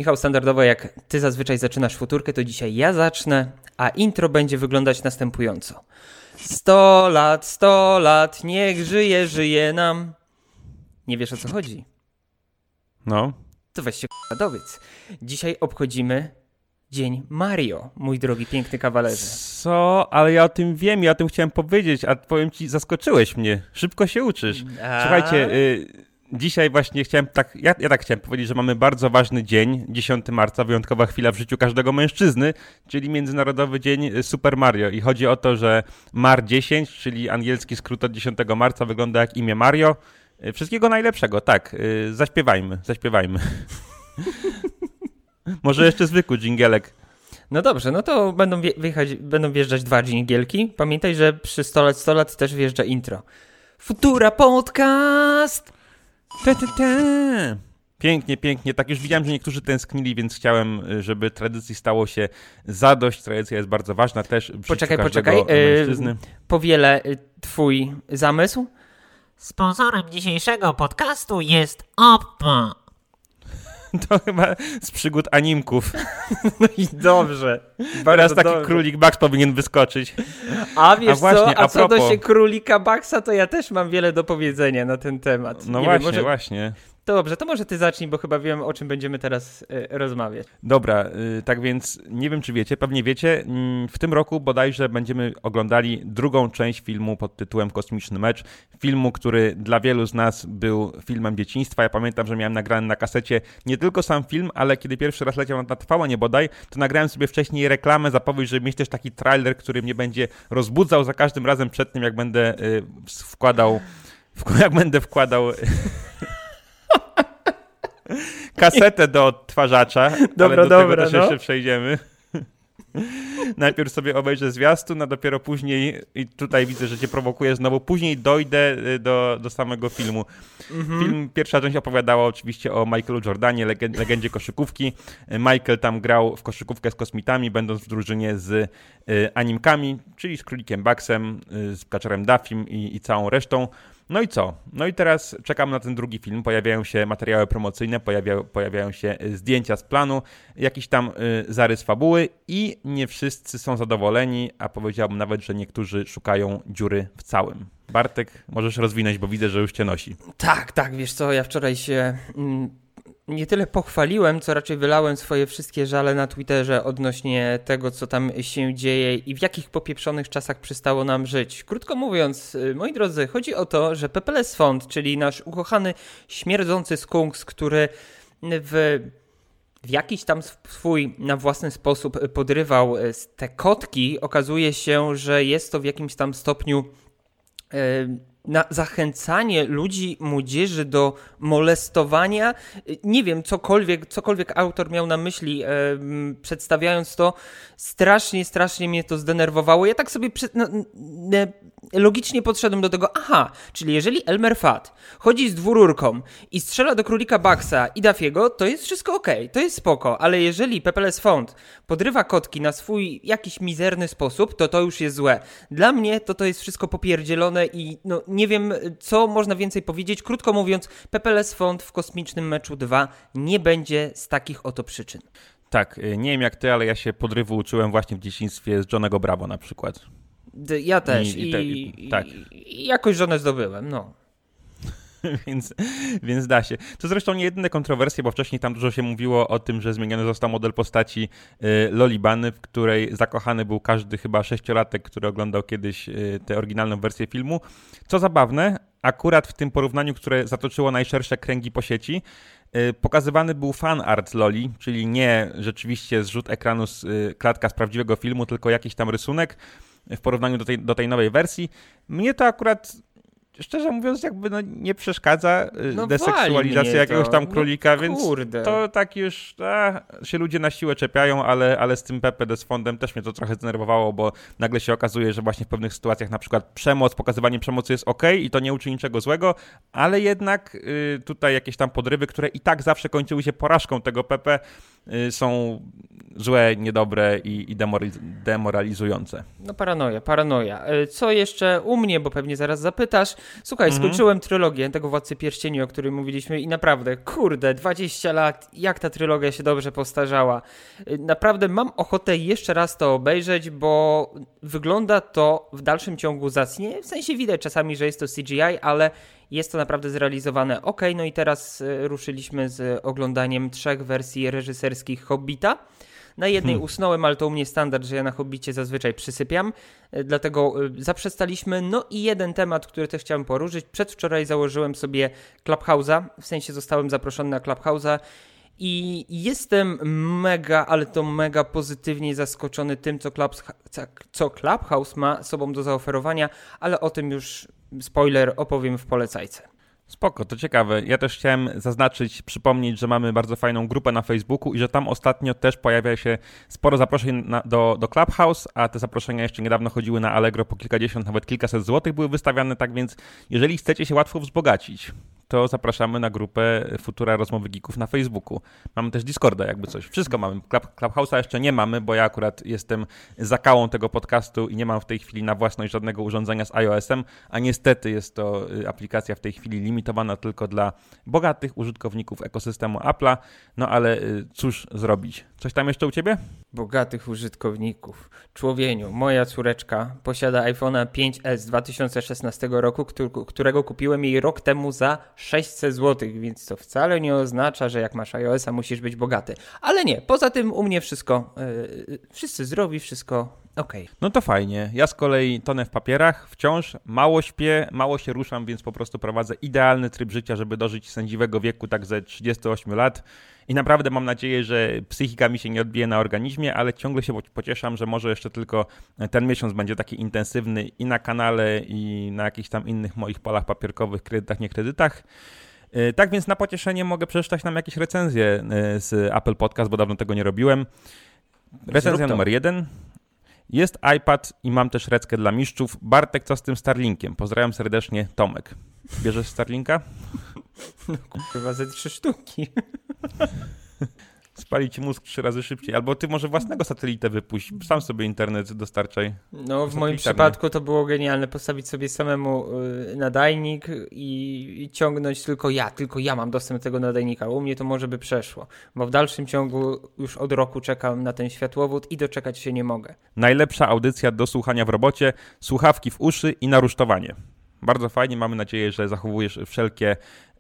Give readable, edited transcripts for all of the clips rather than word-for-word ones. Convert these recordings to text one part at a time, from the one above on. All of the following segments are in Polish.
Michał, standardowo jak ty zazwyczaj zaczynasz futurkę, to dzisiaj ja zacznę, a intro będzie wyglądać następująco. 100 lat, niech żyje nam. Nie wiesz, o co chodzi? No. To weź się dowiedz. Dzisiaj obchodzimy Dzień Mario, mój drogi, piękny kawalerze. Co? Ale ja o tym wiem, ja o tym chciałem powiedzieć, a powiem ci, zaskoczyłeś mnie. Szybko się uczysz. Słuchajcie, dzisiaj właśnie chciałem ja tak chciałem powiedzieć, że mamy bardzo ważny dzień, 10 marca, wyjątkowa chwila w życiu każdego mężczyzny, czyli Międzynarodowy Dzień Super Mario. I chodzi o to, że Mar 10, czyli angielski skrót od 10 marca, wygląda jak imię Mario. Wszystkiego najlepszego, tak. Zaśpiewajmy. Może jeszcze zwykły dżingielek. No dobrze, no to będą wjeżdżać dwa dżingielki. Pamiętaj, że przy 100 lat też wjeżdża intro. Futura Podcast! Pięknie. Tak już widziałem, że niektórzy tęsknili, więc chciałem, żeby tradycji stało się zadość. Tradycja jest bardzo ważna też w życiu każdego mężczyzny. Powielę twój zamysł. Sponsorem dzisiejszego podcastu jest Oppo. To chyba z przygód animków. No i dobrze. Teraz taki królik Bugs powinien wyskoczyć. A wiesz właśnie, co? A co do się królika Bugsa, to ja też mam wiele do powiedzenia na ten temat. No właśnie. Dobrze, to może ty zacznij, bo chyba wiem, o czym będziemy teraz rozmawiać. Dobra, tak więc nie wiem, czy wiecie, pewnie wiecie, w tym roku bodajże będziemy oglądali drugą część filmu pod tytułem Kosmiczny Mecz. Filmu, który dla wielu z nas był filmem dzieciństwa. Ja pamiętam, że miałem nagrany na kasecie nie tylko sam film, ale kiedy pierwszy raz leciał na TVN bodaj, to nagrałem sobie wcześniej reklamę, zapowiedź, żeby mieć też taki trailer, który mnie będzie rozbudzał za każdym razem przed tym, jak będę wkładał kasetę do odtwarzacza, ale do tego też jeszcze przejdziemy. Najpierw sobie obejrzę zwiastun, a dopiero później, i tutaj widzę, że cię prowokuję znowu, później dojdę do samego filmu. Film, pierwsza część opowiadała oczywiście o Michaelu Jordanie, legendzie koszykówki. Michael tam grał w koszykówkę z kosmitami, będąc w drużynie z animkami, czyli z Królikiem Bugsem, z Kaczorem Duffym i całą resztą. No i co? No i teraz czekam na ten drugi film. Pojawiają się materiały promocyjne, pojawiają się zdjęcia z planu, jakiś tam zarys fabuły i nie wszyscy są zadowoleni, a powiedziałbym nawet, że niektórzy szukają dziury w całym. Bartek, możesz rozwinąć, bo widzę, że już cię nosi. Tak, wiesz co, ja wczoraj się nie tyle pochwaliłem, co raczej wylałem swoje wszystkie żale na Twitterze odnośnie tego, co tam się dzieje i w jakich popieprzonych czasach przystało nam żyć. Krótko mówiąc, moi drodzy, chodzi o to, że Pepeles Font, czyli nasz ukochany, śmierdzący skunks, który w jakiś tam swój na własny sposób podrywał te kotki, okazuje się, że jest to w jakimś tam stopniu na zachęcanie ludzi, młodzieży do molestowania. Nie wiem, cokolwiek autor miał na myśli, przedstawiając to. Strasznie mnie to zdenerwowało. Ja tak sobie logicznie podszedłem do tego, czyli jeżeli Elmer Fudd chodzi z dwururką i strzela do Królika Bugsa i Duffiego, to jest wszystko okej, to jest spoko, ale jeżeli Pepeles Font podrywa kotki na swój jakiś mizerny sposób, to już jest złe. Dla mnie to jest wszystko popierdzielone i nie wiem, co można więcej powiedzieć. Krótko mówiąc, Pepeles Font w Kosmicznym Meczu 2 nie będzie z takich oto przyczyn. Tak, nie wiem jak ty, ale ja się podrywu uczyłem właśnie w dzieciństwie z Johnnego Bravo na przykład. Ja też tak. I jakoś żonę zdobyłem, Więc da się. To zresztą nie jedyne kontrowersje, bo wcześniej tam dużo się mówiło o tym, że zmieniony został model postaci Lolibany, w której zakochany był każdy chyba 6-latek, który oglądał kiedyś tę oryginalną wersję filmu. Co zabawne, akurat w tym porównaniu, które zatoczyło najszersze kręgi po sieci, pokazywany był fan art Loli, czyli nie rzeczywiście zrzut ekranu z klatka z prawdziwego filmu, tylko jakiś tam rysunek w porównaniu do tej nowej wersji. Mnie to akurat, szczerze mówiąc, nie przeszkadza deseksualizacja jakiegoś tam królika, więc to tak już się ludzie na siłę czepiają, ale z tym Pepeles Fondem też mnie to trochę zdenerwowało, bo nagle się okazuje, że właśnie w pewnych sytuacjach na przykład pokazywanie przemocy jest okej i to nie uczy niczego złego, ale jednak tutaj jakieś tam podrywy, które i tak zawsze kończyły się porażką tego Pepe, są złe, niedobre i demoralizujące. No paranoja. Co jeszcze u mnie, bo pewnie zaraz zapytasz. Słuchaj, skończyłem trylogię tego Władcy Pierścieni, o której mówiliśmy i naprawdę, kurde, 20 lat, jak ta trylogia się dobrze postarzała. Naprawdę mam ochotę jeszcze raz to obejrzeć, bo wygląda to w dalszym ciągu zacnie. W sensie widać czasami, że jest to CGI, ale jest to naprawdę zrealizowane ok. No i teraz ruszyliśmy z oglądaniem 3 wersji reżyserskich Hobbita. Na jednej usnąłem, ale to u mnie standard, że ja na Hobbicie zazwyczaj przysypiam, dlatego zaprzestaliśmy. No i jeden temat, który też chciałem poruszyć. Przedwczoraj założyłem sobie Clubhouse'a, w sensie zostałem zaproszony na Clubhouse'a i jestem mega, ale to mega pozytywnie zaskoczony tym, co Clubhouse ma sobą do zaoferowania, ale o tym już, spoiler, opowiem w polecajce. Spoko, to ciekawe. Ja też chciałem przypomnieć, że mamy bardzo fajną grupę na Facebooku i że tam ostatnio też pojawia się sporo zaproszeń do Clubhouse, a te zaproszenia jeszcze niedawno chodziły na Allegro po kilkadziesiąt, nawet kilkaset złotych były wystawiane, tak więc jeżeli chcecie się łatwo wzbogacić, to zapraszamy na grupę Futura Rozmowy Geeków na Facebooku. Mamy też Discorda, jakby coś. Wszystko mamy. Clubhouse'a jeszcze nie mamy, bo ja akurat jestem zakałą tego podcastu i nie mam w tej chwili na własność żadnego urządzenia z iOS-em, a niestety jest to aplikacja w tej chwili limitowana tylko dla bogatych użytkowników ekosystemu Apple'a, no ale cóż zrobić. Coś tam jeszcze u ciebie? Bogatych użytkowników. Człowieniu, moja córeczka posiada iPhone'a 5S 2016 roku, którego kupiłem jej rok temu za 600 zł, więc to wcale nie oznacza, że jak masz iOS-a musisz być bogaty. Ale nie, poza tym u mnie wszystko, wszyscy zdrowi, wszystko okej. No to fajnie. Ja z kolei tonę w papierach, wciąż mało śpię, mało się ruszam, więc po prostu prowadzę idealny tryb życia, żeby dożyć sędziwego wieku tak ze 38 lat. I naprawdę mam nadzieję, że psychika mi się nie odbije na organizmie, ale ciągle się pocieszam, że może jeszcze tylko ten miesiąc będzie taki intensywny i na kanale, i na jakichś tam innych moich polach papierkowych, kredytach, nie kredytach. Tak więc na pocieszenie mogę przeczytać nam jakieś recenzje z Apple Podcast, bo dawno tego nie robiłem. Recenzja numer 1. Jest iPad i mam też reckę dla mistrzów. Bartek, co z tym Starlinkiem? Pozdrawiam serdecznie, Tomek. Bierzesz Starlinka? No kurwa, ze 3 sztuki. Spali ci mózg 3 razy szybciej. Albo ty może własnego satelitę wypuść. Sam sobie internet dostarczaj. No w moim przypadku to było genialne. Postawić sobie samemu nadajnik i ciągnąć tylko ja mam dostęp do tego nadajnika. U mnie to może by przeszło. Bo w dalszym ciągu już od roku czekam na ten światłowód i doczekać się nie mogę. Najlepsza audycja do słuchania w robocie. Słuchawki w uszy i na rusztowanie. Bardzo fajnie. Mamy nadzieję, że zachowujesz wszelkie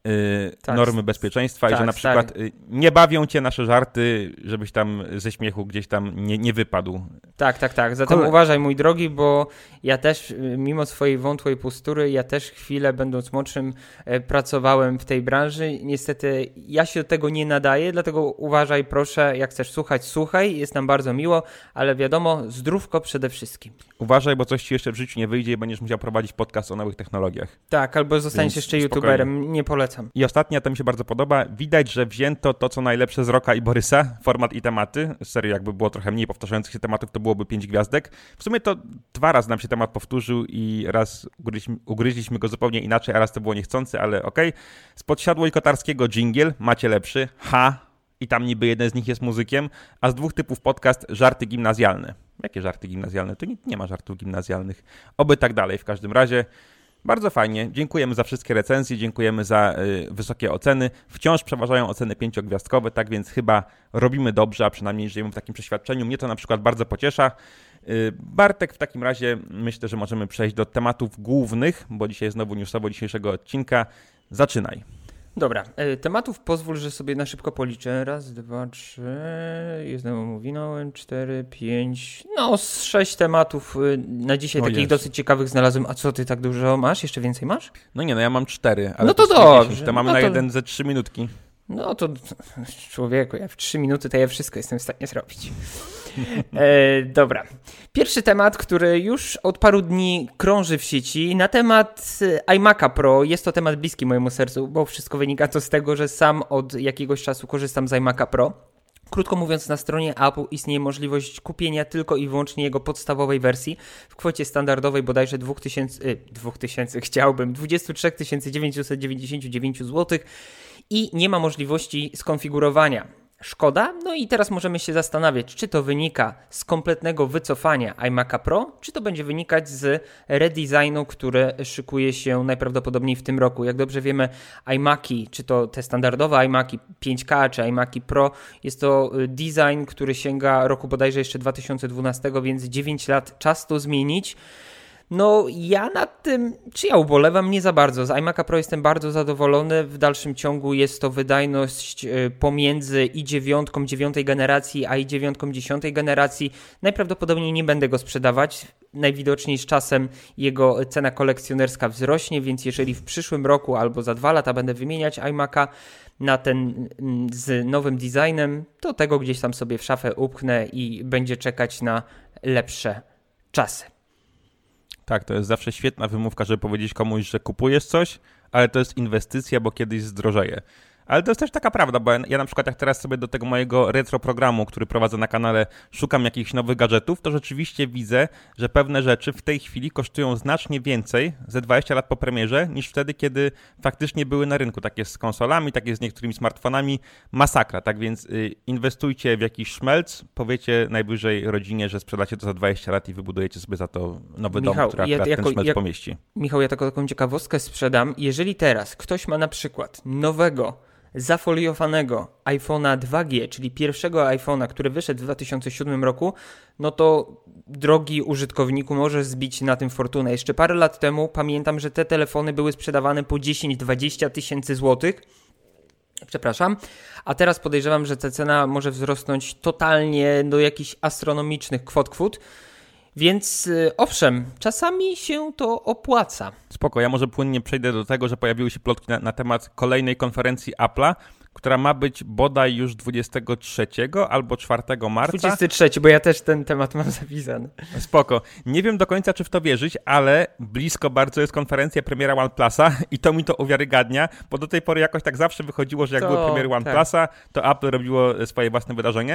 normy bezpieczeństwa i że na przykład nie bawią cię nasze żarty, żebyś tam ze śmiechu gdzieś tam nie wypadł. Tak. Zatem uważaj, mój drogi, bo ja też, mimo swojej wątłej postury, ja też chwilę, będąc młodszym, pracowałem w tej branży. Niestety ja się do tego nie nadaję, dlatego uważaj, proszę, jak chcesz słuchać, słuchaj, jest nam bardzo miło, ale wiadomo, zdrówko przede wszystkim. Uważaj, bo coś ci jeszcze w życiu nie wyjdzie i będziesz musiał prowadzić podcast o nowych technologiach. Tak, albo zostaniesz jeszcze youtuberem, nie polecam. I ostatnia, to mi się bardzo podoba. Widać, że wzięto to, co najlepsze z Roka i Borysa, format i tematy. Serio, jakby było trochę mniej powtarzających się tematów, to byłoby 5 gwiazdek. W sumie to 2 razy nam się temat powtórzył i raz ugryźliśmy go zupełnie inaczej, a raz to było niechcący, ale okej. Z Podsiadło i Kotarskiego dżingiel, macie lepszy, i tam niby jeden z nich jest muzykiem, a z 2 typów podcast żarty gimnazjalne. Jakie żarty gimnazjalne? To nie ma żartów gimnazjalnych. Oby tak dalej w każdym razie. Bardzo fajnie. Dziękujemy za wszystkie recenzje, dziękujemy za wysokie oceny. Wciąż przeważają oceny 5-gwiazdkowe, tak więc chyba robimy dobrze, a przynajmniej żyjemy w takim przeświadczeniu. Mnie to na przykład bardzo pociesza. Bartek, w takim razie myślę, że możemy przejść do tematów głównych, bo dzisiaj znowu newsowo dzisiejszego odcinka. Zaczynaj. Dobra, tematów pozwól, że sobie na szybko policzę. 1, 2, 3, znowu mówiłem, 4, 5, z 6 tematów na dzisiaj takich dosyć ciekawych znalazłem. A co, ty tak dużo masz? Jeszcze więcej masz? No nie, ja mam 4, ale no to dobrze. 10, to mamy na jeden ze 3 minutki. No to człowieku, ja w 3 minuty to ja wszystko jestem w stanie zrobić. Dobra. Pierwszy temat, który już od paru dni krąży w sieci, na temat iMac'a Pro. Jest to temat bliski mojemu sercu, bo wszystko wynika to z tego, że sam od jakiegoś czasu korzystam z iMac'a Pro. Krótko mówiąc, na stronie Apple istnieje możliwość kupienia tylko i wyłącznie jego podstawowej wersji w kwocie standardowej bodajże 23 999 zł i nie ma możliwości skonfigurowania. Szkoda. No i teraz możemy się zastanawiać, czy to wynika z kompletnego wycofania iMac'a Pro, czy to będzie wynikać z redesignu, który szykuje się najprawdopodobniej w tym roku. Jak dobrze wiemy, iMac'i, czy to te standardowe iMac'i 5K, czy iMac'i Pro, jest to design, który sięga roku bodajże jeszcze 2012, więc 9 lat, czas to zmienić. No ja nad tym, czy ja ubolewam? Nie za bardzo. Z iMac'a Pro jestem bardzo zadowolony. W dalszym ciągu jest to wydajność pomiędzy i9 9 generacji, a i9 10 generacji. Najprawdopodobniej nie będę go sprzedawać. Najwidoczniej z czasem jego cena kolekcjonerska wzrośnie, więc jeżeli w przyszłym roku albo za 2 lata będę wymieniać iMac'a na ten z nowym designem, to tego gdzieś tam sobie w szafę upchnę i będzie czekać na lepsze czasy. Tak, to jest zawsze świetna wymówka, żeby powiedzieć komuś, że kupujesz coś, ale to jest inwestycja, bo kiedyś zdrożeje. Ale to jest też taka prawda, bo ja na przykład jak teraz sobie do tego mojego retro programu, który prowadzę na kanale, szukam jakichś nowych gadżetów, to rzeczywiście widzę, że pewne rzeczy w tej chwili kosztują znacznie więcej ze 20 lat po premierze, niż wtedy, kiedy faktycznie były na rynku. Tak jest z konsolami, tak jest z niektórymi smartfonami. Masakra, tak więc inwestujcie w jakiś szmelc, powiecie najwyżej rodzinie, że sprzedacie to za 20 lat i wybudujecie sobie za to nowy dom, który akurat ten szmelc pomieści. Michał, ja taką ciekawostkę sprzedam. Jeżeli teraz ktoś ma na przykład nowego, zafoliowanego iPhone'a 2G, czyli pierwszego iPhone'a, który wyszedł w 2007 roku, no to drogi użytkowniku możesz zbić na tym fortunę. Jeszcze parę lat temu pamiętam, że te telefony były sprzedawane po 10-20 tysięcy złotych. Przepraszam. A teraz podejrzewam, że ta cena może wzrosnąć totalnie do jakichś astronomicznych kwot. Więc owszem, czasami się to opłaca. Spoko, ja może płynnie przejdę do tego, że pojawiły się plotki na temat kolejnej konferencji Apple'a, która ma być bodaj już 23 albo 4 marca. 23, bo ja też ten temat mam zapisany. Spoko. Nie wiem do końca, czy w to wierzyć, ale blisko bardzo jest konferencja premiera OnePlusa i to mi to uwiarygadnia, bo do tej pory jakoś tak zawsze wychodziło, że jak były premiery OnePlusa, to Apple robiło swoje własne wydarzenie.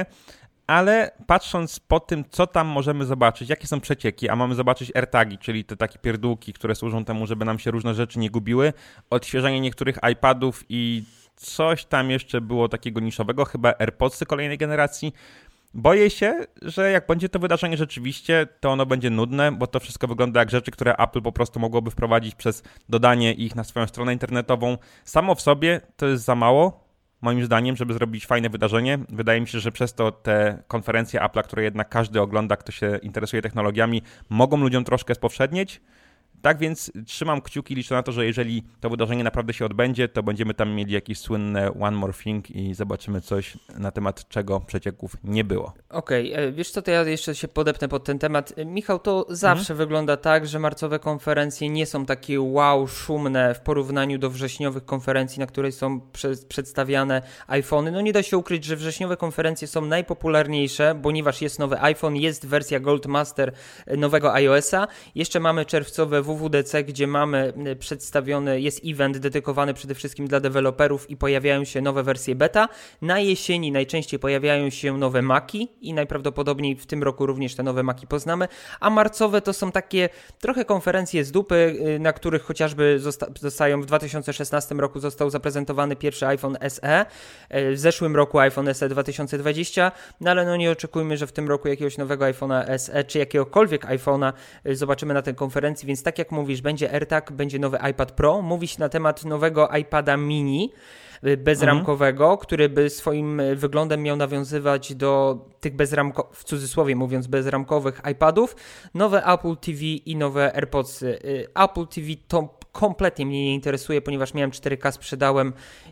Ale patrząc po tym, co tam możemy zobaczyć, jakie są przecieki, a mamy zobaczyć AirTagi, czyli te takie pierdółki, które służą temu, żeby nam się różne rzeczy nie gubiły, odświeżanie niektórych iPadów i coś tam jeszcze było takiego niszowego, chyba AirPodsy kolejnej generacji. Boję się, że jak będzie to wydarzenie rzeczywiście, to ono będzie nudne, bo to wszystko wygląda jak rzeczy, które Apple po prostu mogłoby wprowadzić przez dodanie ich na swoją stronę internetową. Samo w sobie to jest za mało, moim zdaniem, żeby zrobić fajne wydarzenie. Wydaje mi się, że przez to te konferencje Apple'a, które jednak każdy ogląda, kto się interesuje technologiami, mogą ludziom troszkę spowszednieć. Tak więc trzymam kciuki, liczę na to, że jeżeli to wydarzenie naprawdę się odbędzie, to będziemy tam mieli jakieś słynne One More Thing i zobaczymy coś, na temat czego przecieków nie było. Okej, wiesz co, to ja jeszcze się podepnę pod ten temat. Michał, to zawsze wygląda tak, że marcowe konferencje nie są takie wow, szumne w porównaniu do wrześniowych konferencji, na której są przedstawiane iPhony. No nie da się ukryć, że wrześniowe konferencje są najpopularniejsze, ponieważ jest nowy iPhone, jest wersja Gold Master nowego iOS-a. Jeszcze mamy czerwcowe WWDC, gdzie mamy przedstawiony, jest event dedykowany przede wszystkim dla deweloperów i pojawiają się nowe wersje beta. Na jesieni najczęściej pojawiają się nowe Maci i najprawdopodobniej w tym roku również te nowe Maci poznamy, a marcowe to są takie trochę konferencje z dupy, na których chociażby w 2016 roku został zaprezentowany pierwszy iPhone SE, w zeszłym roku iPhone SE 2020, no ale no nie oczekujmy, że w tym roku jakiegoś nowego iPhone'a SE czy jakiegokolwiek iPhone'a zobaczymy na tej konferencji, więc tak jak mówisz, będzie AirTag, będzie nowy iPad Pro, mówi się na temat nowego iPada mini bezramkowego, który by swoim wyglądem miał nawiązywać do tych w cudzysłowie mówiąc bezramkowych iPadów, nowe Apple TV i nowe AirPodsy. Apple TV to kompletnie mnie nie interesuje, ponieważ miałem 4K, sprzedałem,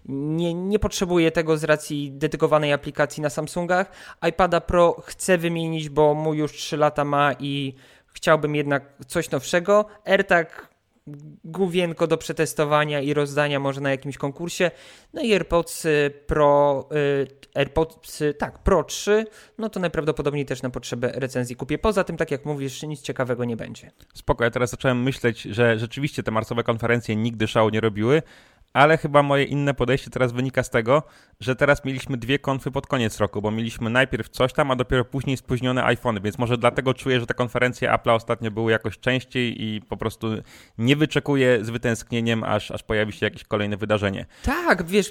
nie potrzebuję tego z racji dedykowanej aplikacji na Samsungach. iPada Pro chcę wymienić, bo mój już 3 lata ma i chciałbym jednak coś nowszego. AirTag główienko do przetestowania i rozdania może na jakimś konkursie. No i AirPods Pro, Pro 3, no to najprawdopodobniej też na potrzeby recenzji kupię. Poza tym, tak jak mówisz, nic ciekawego nie będzie. Spoko, ja teraz zacząłem myśleć, że rzeczywiście te marcowe konferencje nigdy szału nie robiły, ale chyba moje inne podejście teraz wynika z tego, że teraz mieliśmy 2 konfy pod koniec roku, bo mieliśmy najpierw coś tam, a dopiero później spóźnione iPhony, więc może dlatego czuję, że te konferencje Apple'a ostatnio były jakoś częściej i po prostu nie wyczekuję z wytęsknieniem, aż pojawi się jakieś kolejne wydarzenie. Tak, wiesz,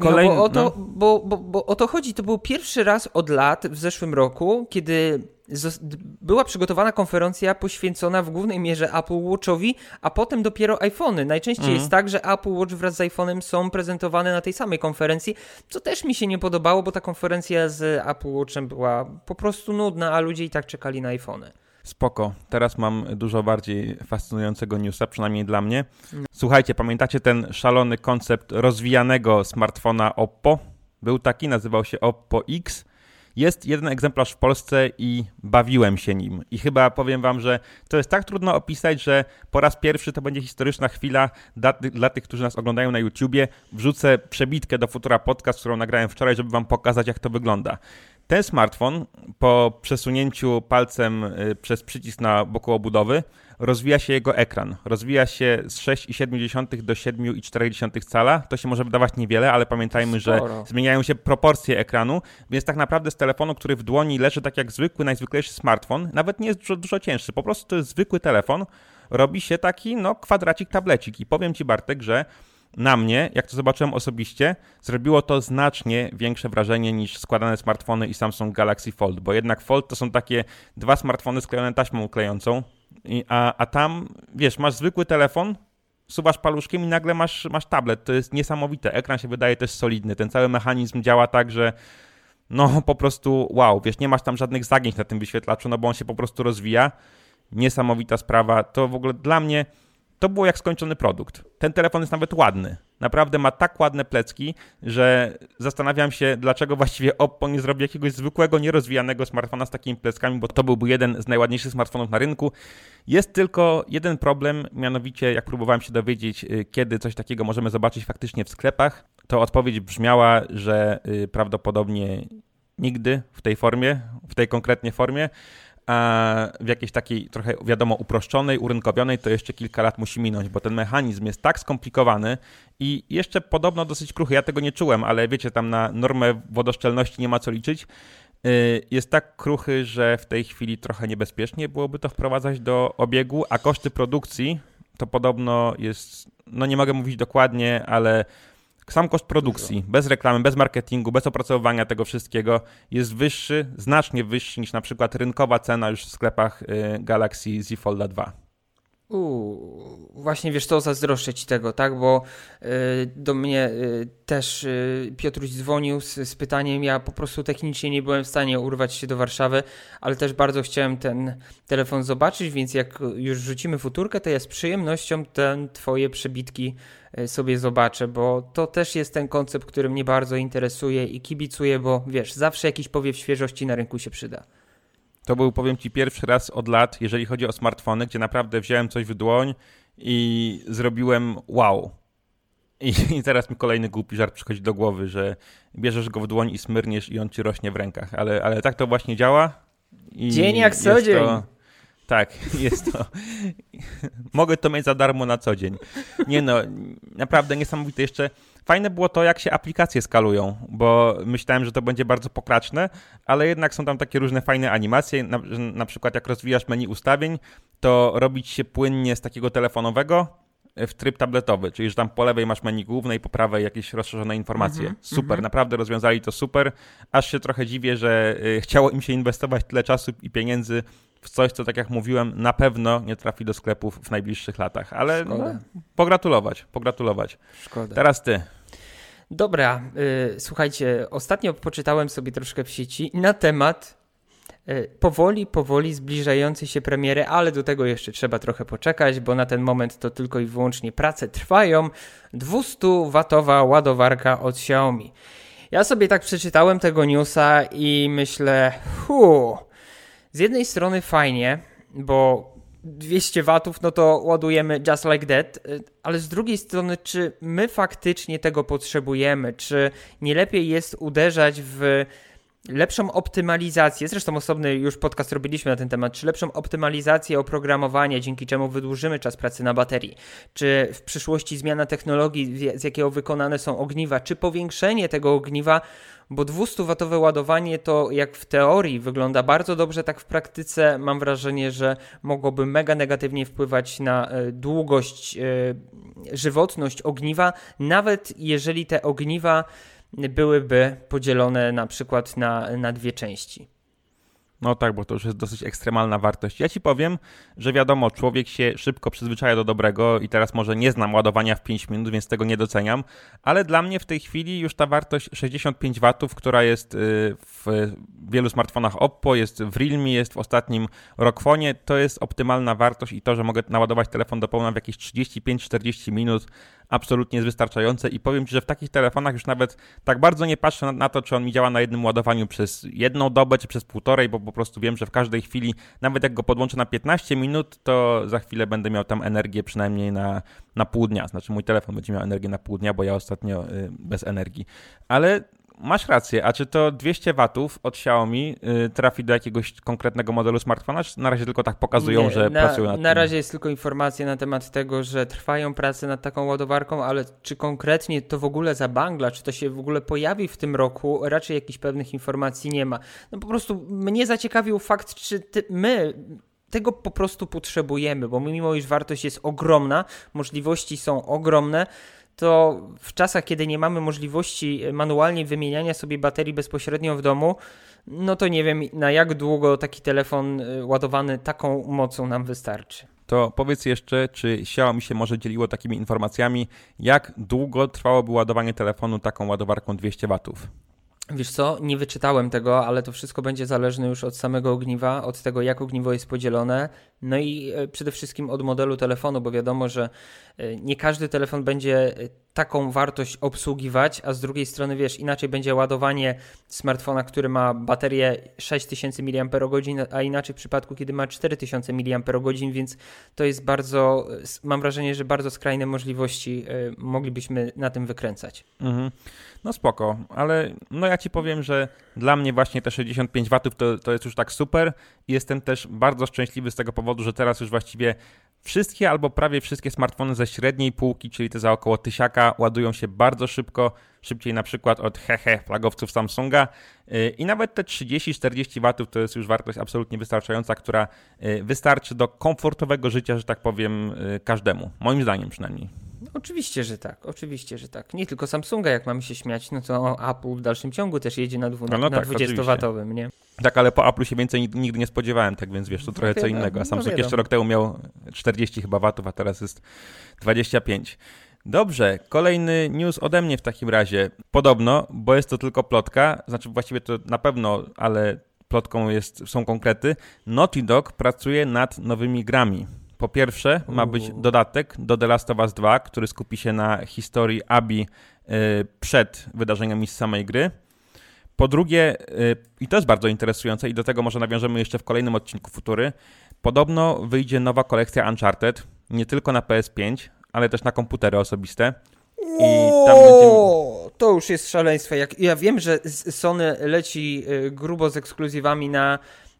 bo o to chodzi. To był pierwszy raz od lat w zeszłym roku, kiedy była przygotowana konferencja poświęcona w głównej mierze Apple Watchowi, a potem dopiero iPhony. Najczęściej jest tak, że Apple Watch wraz z iPhone'em są prezentowane na tej samej konferencji, co też mi się nie podobało, bo ta konferencja z Apple Watchem była po prostu nudna, a ludzie i tak czekali na iPhony. Spoko. Teraz mam dużo bardziej fascynującego newsa, przynajmniej dla mnie. Słuchajcie, pamiętacie ten szalony koncept rozwijanego smartfona Oppo? Był taki, nazywał się Oppo X. Jest jeden egzemplarz w Polsce i bawiłem się nim. I chyba powiem wam, że to jest tak trudno opisać, że po raz pierwszy to będzie historyczna chwila dla tych, którzy nas oglądają na YouTubie. Wrzucę przebitkę do Futura Podcast, którą nagrałem wczoraj, żeby wam pokazać, jak to wygląda. Ten smartfon po przesunięciu palcem przez przycisk na boku obudowy rozwija się jego ekran. Rozwija się z 6,7 do 7,4 cala. To się może wydawać niewiele, ale pamiętajmy, że zmieniają się proporcje ekranu, więc tak naprawdę z telefonu, który w dłoni leży tak jak zwykły, najzwyklejszy smartfon, nawet nie jest dużo cięższy, po prostu to jest zwykły telefon, robi się taki kwadracik, tablecik. I powiem ci, Bartek, że na mnie, jak to zobaczyłem osobiście, zrobiło to znacznie większe wrażenie niż składane smartfony i Samsung Galaxy Fold, bo jednak Fold to są takie 2 smartfony sklejone taśmą klejącą, a tam, wiesz, masz zwykły telefon, suwasz paluszkiem i nagle masz tablet. To jest niesamowite. Ekran się wydaje też solidny. Ten cały mechanizm działa tak, że po prostu wow, wiesz, nie masz tam żadnych zagięć na tym wyświetlaczu, bo on się po prostu rozwija. Niesamowita sprawa. To w ogóle dla mnie to było jak skończony produkt. Ten telefon jest nawet ładny. Naprawdę ma tak ładne plecki, że zastanawiam się, dlaczego właściwie Oppo nie zrobi jakiegoś zwykłego, nierozwijanego smartfona z takimi pleckami, bo to byłby jeden z najładniejszych smartfonów na rynku. Jest tylko jeden problem, mianowicie jak próbowałem się dowiedzieć, kiedy coś takiego możemy zobaczyć faktycznie w sklepach, to odpowiedź brzmiała, że prawdopodobnie nigdy w tej formie, w tej konkretnej formie, a w jakiejś takiej trochę, wiadomo, uproszczonej, urynkowionej, to jeszcze kilka lat musi minąć, bo ten mechanizm jest tak skomplikowany i jeszcze podobno dosyć kruchy. Ja tego nie czułem, ale wiecie, tam na normę wodoszczelności nie ma co liczyć. Jest tak kruchy, że w tej chwili trochę niebezpiecznie byłoby to wprowadzać do obiegu, a koszty produkcji to podobno jest, nie mogę mówić dokładnie, ale sam koszt produkcji, bez reklamy, bez marketingu, bez opracowywania tego wszystkiego jest wyższy, znacznie wyższy niż na przykład rynkowa cena już w sklepach Galaxy Z Folda 2. Właśnie wiesz co, zazdroszczę ci tego, tak, bo do mnie też Piotruś dzwonił z pytaniem, ja po prostu technicznie nie byłem w stanie urwać się do Warszawy, ale też bardzo chciałem ten telefon zobaczyć, więc jak już rzucimy futurkę, to ja z przyjemnością twoje przebitki sobie zobaczę, bo to też jest ten koncept, który mnie bardzo interesuje i kibicuję, bo wiesz, zawsze jakiś powiew świeżości na rynku się przyda. To był, powiem ci, pierwszy raz od lat, jeżeli chodzi o smartfony, gdzie naprawdę wziąłem coś w dłoń i zrobiłem wow. I teraz mi kolejny głupi żart przychodzi do głowy, że bierzesz go w dłoń i smyrniesz i on ci rośnie w rękach. Ale tak to właśnie działa. Dzień jak co dzień. Tak, jest to. Mogę to mieć za darmo na co dzień. Naprawdę niesamowite. Jeszcze fajne było to, jak się aplikacje skalują, bo myślałem, że to będzie bardzo pokraczne, ale jednak są tam takie różne fajne animacje. Na przykład jak rozwijasz menu ustawień, to robić się płynnie z takiego telefonowego w tryb tabletowy, czyli że tam po lewej masz menu główne i po prawej jakieś rozszerzone informacje. Super, naprawdę rozwiązali to super. Aż się trochę dziwię, że chciało im się inwestować tyle czasu i pieniędzy w coś, co tak jak mówiłem, na pewno nie trafi do sklepów w najbliższych latach, ale pogratulować. Szkoda. Teraz ty. Dobra, słuchajcie, ostatnio poczytałem sobie troszkę w sieci na temat powoli zbliżającej się premiery, ale do tego jeszcze trzeba trochę poczekać, bo na ten moment to tylko i wyłącznie prace trwają. 200-watowa ładowarka od Xiaomi. Ja sobie tak przeczytałem tego newsa i myślę, z jednej strony fajnie, bo 200 watów, no to ładujemy just like that, ale z drugiej strony, czy my faktycznie tego potrzebujemy? Czy nie lepiej jest uderzać w lepszą optymalizację, zresztą osobny już podcast robiliśmy na ten temat, czy lepszą optymalizację oprogramowania, dzięki czemu wydłużymy czas pracy na baterii, czy w przyszłości zmiana technologii, z jakiego wykonane są ogniwa, czy powiększenie tego ogniwa, bo 200-watowe ładowanie to jak w teorii wygląda bardzo dobrze, tak w praktyce mam wrażenie, że mogłoby mega negatywnie wpływać na długość, żywotność ogniwa, nawet jeżeli te ogniwa byłyby podzielone na przykład na dwie części. No tak, bo to już jest dosyć ekstremalna wartość. Ja ci powiem, że wiadomo, człowiek się szybko przyzwyczaja do dobrego i teraz może nie znam ładowania w 5 minut, więc tego nie doceniam, ale dla mnie w tej chwili już ta wartość 65 W, która jest w wielu smartfonach Oppo, jest w Realme, jest w ostatnim ROG-Phone'ie, to jest optymalna wartość i to, że mogę naładować telefon do pełna w jakieś 35-40 minut, absolutnie jest wystarczające i powiem ci, że w takich telefonach już nawet tak bardzo nie patrzę na to, czy on mi działa na jednym ładowaniu przez 1 dobę, czy przez 1,5, bo po prostu wiem, że w każdej chwili, nawet jak go podłączę na 15 minut, to za chwilę będę miał tam energię przynajmniej na pół dnia. Znaczy mój telefon będzie miał energię na pół dnia, bo ja ostatnio bez energii. Ale masz rację, a czy to 200 watów od Xiaomi trafi do jakiegoś konkretnego modelu smartfona, czy na razie tylko tak pokazują, że pracują nad tym? Na razie jest tylko informacja na temat tego, że trwają prace nad taką ładowarką, ale czy konkretnie to w ogóle zabangla, czy to się w ogóle pojawi w tym roku, raczej jakichś pewnych informacji nie ma. No po prostu mnie zaciekawił fakt, czy my tego po prostu potrzebujemy, bo mimo iż wartość jest ogromna, możliwości są ogromne, to w czasach, kiedy nie mamy możliwości manualnie wymieniania sobie baterii bezpośrednio w domu, no to nie wiem, na jak długo taki telefon ładowany taką mocą nam wystarczy. To powiedz jeszcze, czy Xiaomi się może dzieliło takimi informacjami, jak długo trwałoby ładowanie telefonu taką ładowarką 200 watów? Wiesz co, nie wyczytałem tego, ale to wszystko będzie zależne już od samego ogniwa, od tego, jak ogniwo jest podzielone, no i przede wszystkim od modelu telefonu, bo wiadomo, że nie każdy telefon będzie taką wartość obsługiwać, a z drugiej strony, wiesz, inaczej będzie ładowanie smartfona, który ma baterię 6000 mAh, a inaczej w przypadku, kiedy ma 4000 mAh, więc to jest bardzo, mam wrażenie, że bardzo skrajne możliwości moglibyśmy na tym wykręcać. Mhm. No spoko, ale no ja ci powiem, że dla mnie właśnie te 65 watów to jest już tak super i jestem też bardzo szczęśliwy z tego powodu, że teraz już właściwie wszystkie albo prawie wszystkie smartfony ze średniej półki, czyli te za około 1000, ładują się bardzo szybko, szybciej na przykład od flagowców Samsunga i nawet te 30-40 watów to jest już wartość absolutnie wystarczająca, która wystarczy do komfortowego życia, że tak powiem, każdemu, moim zdaniem przynajmniej. Oczywiście, że tak, oczywiście, że tak. Nie tylko Samsunga, jak mamy się śmiać, no to Apple w dalszym ciągu też jedzie na 20-watowym, nie? Tak, ale po Apple'u się więcej nigdy nie spodziewałem, tak więc wiesz, to trochę co innego. A Samsung jeszcze rok temu miał 40 chyba watów, a teraz jest 25. Dobrze, kolejny news ode mnie w takim razie. Podobno, bo jest to tylko plotka, znaczy właściwie to na pewno, ale plotką są konkrety, Naughty Dog pracuje nad nowymi grami. Po pierwsze ma być dodatek do The Last of Us 2, który skupi się na historii Abby przed wydarzeniami z samej gry. Po drugie, i to jest bardzo interesujące i do tego może nawiążemy jeszcze w kolejnym odcinku Futury, podobno wyjdzie nowa kolekcja Uncharted, nie tylko na PS5, ale też na komputery osobiste. I tam to już jest szaleństwo. Ja wiem, że Sony leci grubo z ekskluzywami na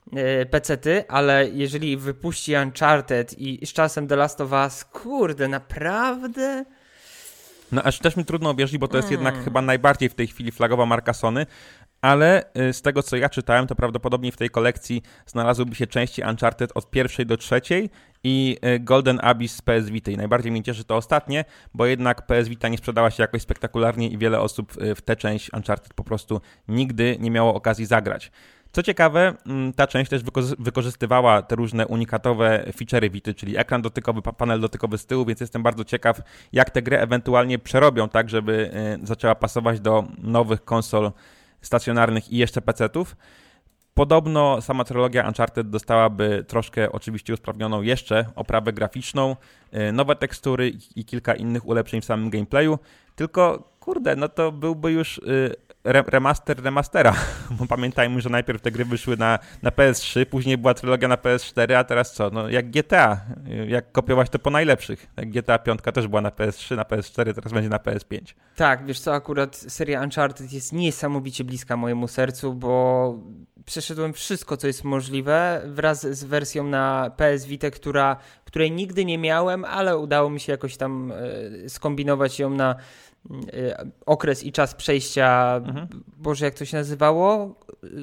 PC-ty, ale jeżeli wypuści Uncharted i z czasem The Last of Us, kurde, naprawdę? No aż też mi trudno uwierzyć, bo to jest jednak chyba najbardziej w tej chwili flagowa marka Sony, ale z tego co ja czytałem, to prawdopodobnie w tej kolekcji znalazłyby się części Uncharted od 1 do 3 i Golden Abyss z PS Vita. I najbardziej mnie cieszy to ostatnie, bo jednak PS Vita nie sprzedała się jakoś spektakularnie i wiele osób w tę część Uncharted po prostu nigdy nie miało okazji zagrać. Co ciekawe, ta część też wykorzystywała te różne unikatowe feature'y Vity, czyli ekran dotykowy, panel dotykowy z tyłu, więc jestem bardzo ciekaw, jak tę grę ewentualnie przerobią tak, żeby zaczęła pasować do nowych konsol stacjonarnych i jeszcze PC-ów. Podobno sama trylogia Uncharted dostałaby troszkę oczywiście usprawnioną jeszcze oprawę graficzną, nowe tekstury i kilka innych ulepszeń w samym gameplayu, tylko kurde, no to byłby już remastera, bo pamiętajmy, że najpierw te gry wyszły na PS3, później była trylogia na PS4, a teraz co? No jak GTA, jak kopiować to po najlepszych. Jak GTA 5 też była na PS3, na PS4, teraz będzie na PS5. Tak, wiesz co, akurat seria Uncharted jest niesamowicie bliska mojemu sercu, bo przeszedłem wszystko, co jest możliwe, wraz z wersją na PS Vita, której nigdy nie miałem, ale udało mi się jakoś tam skombinować ją na okres i czas przejścia, Boże, jak to się nazywało?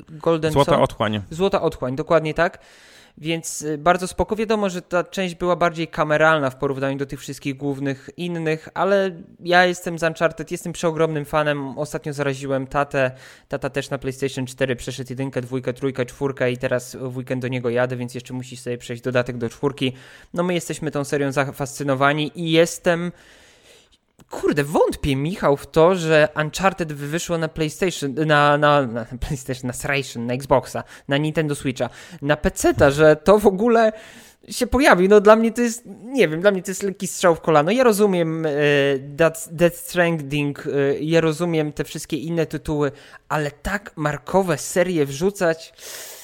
Złota Otchłań, dokładnie tak. Więc bardzo spoko. Wiadomo, że ta część była bardziej kameralna w porównaniu do tych wszystkich głównych innych, ale ja jestem z Uncharted, jestem przeogromnym fanem. Ostatnio zaraziłem tatę. Tata też na PlayStation 4 przeszedł 1, 2, 3, 4 i teraz w weekend do niego jadę, więc jeszcze musi sobie przejść dodatek do 4. No my jesteśmy tą serią zafascynowani i jestem... Kurde, wątpię, Michał, w to, że Uncharted wyszło na PlayStation, na PlayStation, na Sration, na Xboxa, na Nintendo Switcha, na PC-ta, że to w ogóle się pojawi. No dla mnie to jest, nie wiem, dla mnie to jest lekki strzał w kolano. Ja rozumiem Death Stranding, ja rozumiem te wszystkie inne tytuły, ale tak markowe serie wrzucać...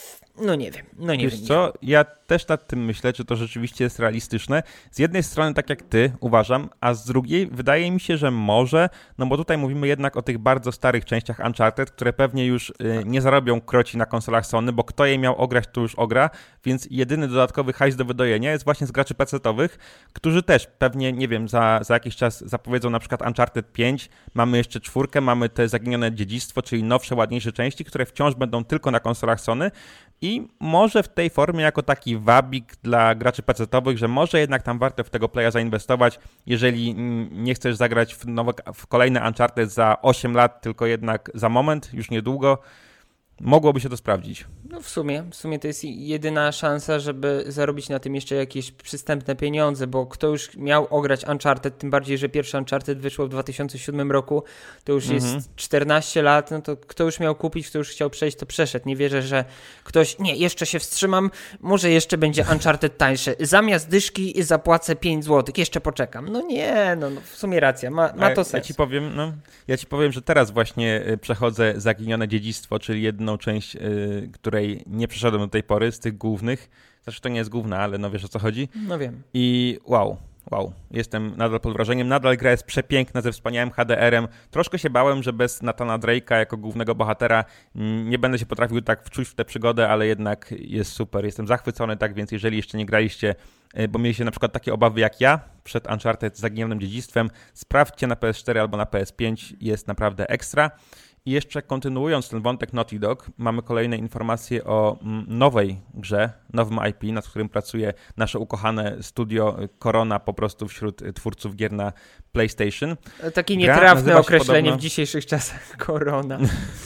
No nie wiem. Wiesz co, ja też nad tym myślę, czy to rzeczywiście jest realistyczne. Z jednej strony tak jak ty, uważam, a z drugiej wydaje mi się, że może, no bo tutaj mówimy jednak o tych bardzo starych częściach Uncharted, które pewnie już nie zarobią kroci na konsolach Sony, bo kto je miał ograć, to już ogra, więc jedyny dodatkowy hajs do wydojenia jest właśnie z graczy PC-towych, którzy też pewnie, nie wiem, za jakiś czas zapowiedzą na przykład Uncharted 5, mamy jeszcze 4, mamy te Zaginione Dziedzictwo, czyli nowsze, ładniejsze części, które wciąż będą tylko na konsolach Sony. I może w tej formie jako taki wabik dla graczy PC-towych, że może jednak tam warto w tego playa zainwestować, jeżeli nie chcesz zagrać w kolejne Uncharted za 8 lat, tylko jednak za moment, już niedługo, mogłoby się to sprawdzić. No w sumie to jest jedyna szansa, żeby zarobić na tym jeszcze jakieś przystępne pieniądze, bo kto już miał ograć Uncharted, tym bardziej, że pierwszy Uncharted wyszło w 2007 roku, to już jest 14 lat, no to kto już miał kupić, kto już chciał przejść, to przeszedł. Nie wierzę, że ktoś, nie, jeszcze się wstrzymam, może jeszcze będzie Uncharted tańsze. Zamiast dyszki zapłacę 5 zł, jeszcze poczekam. No nie, no w sumie racja, ma to sens. Ja ci powiem, że teraz właśnie przechodzę Zaginione Dziedzictwo, czyli jedną część, której nie przeszedłem do tej pory z tych głównych. Zresztą to nie jest główna, ale no wiesz o co chodzi. No wiem. I wow, jestem nadal pod wrażeniem. Nadal gra jest przepiękna, ze wspaniałym HDR-em. Troszkę się bałem, że bez Nathana Drake'a jako głównego bohatera nie będę się potrafił tak wczuć w tę przygodę, ale jednak jest super. Jestem zachwycony, tak więc jeżeli jeszcze nie graliście, bo mieliście na przykład takie obawy jak ja przed Uncharted Zaginionym Dziedzictwem, sprawdźcie na PS4 albo na PS5, jest naprawdę ekstra. I jeszcze kontynuując ten wątek Naughty Dog, mamy kolejne informacje o nowej grze, nowym IP, nad którym pracuje nasze ukochane studio Corona po prostu wśród twórców gier na PlayStation. Takie nietrafne określenie w dzisiejszych czasach, Corona.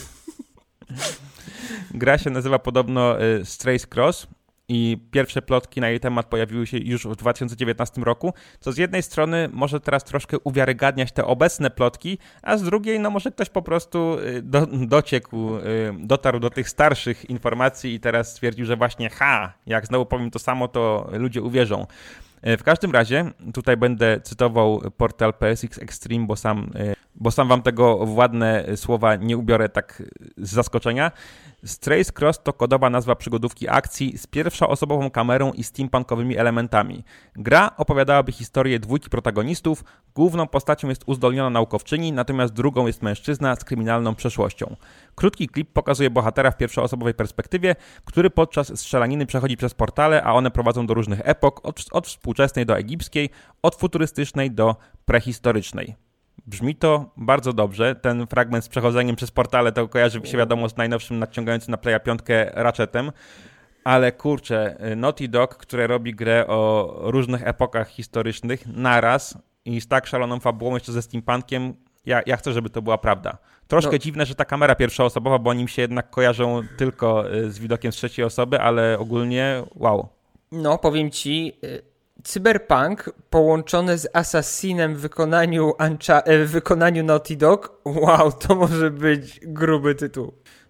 Gra się nazywa podobno Strays Cross. I pierwsze plotki na jej temat pojawiły się już w 2019 roku, co z jednej strony może teraz troszkę uwiarygadniać te obecne plotki, a z drugiej no może ktoś po prostu dotarł do tych starszych informacji i teraz stwierdził, że właśnie jak znowu powiem to samo, to ludzie uwierzą. W każdym razie, tutaj będę cytował portal PSX Extreme, bo sam wam tego w ładne słowa nie ubiorę tak z zaskoczenia. Strays Cross to kodowa nazwa przygodówki akcji z pierwszoosobową kamerą i steampunkowymi elementami. Gra opowiadałaby historię dwójki protagonistów, główną postacią jest uzdolniona naukowczyni, natomiast drugą jest mężczyzna z kryminalną przeszłością. Krótki klip pokazuje bohatera w pierwszoosobowej perspektywie, który podczas strzelaniny przechodzi przez portale, a one prowadzą do różnych epok, od współczesnej do egipskiej, od futurystycznej do prehistorycznej. Brzmi to bardzo dobrze. Ten fragment z przechodzeniem przez portale to kojarzy mi się wiadomo z najnowszym nadciągającym na Playa 5 Ratchetem. Ale kurczę, Naughty Dog, które robi grę o różnych epokach historycznych naraz i z tak szaloną fabułą, jeszcze ze steampunkiem, ja chcę, żeby to była prawda. Troszkę dziwne, że ta kamera pierwszoosobowa, bo oni mi się jednak kojarzą tylko z widokiem z trzeciej osoby, ale ogólnie wow. No, powiem ci... Cyberpunk połączony z Assassinem w wykonaniu Naughty Dog, wow, to może być gruby tytuł.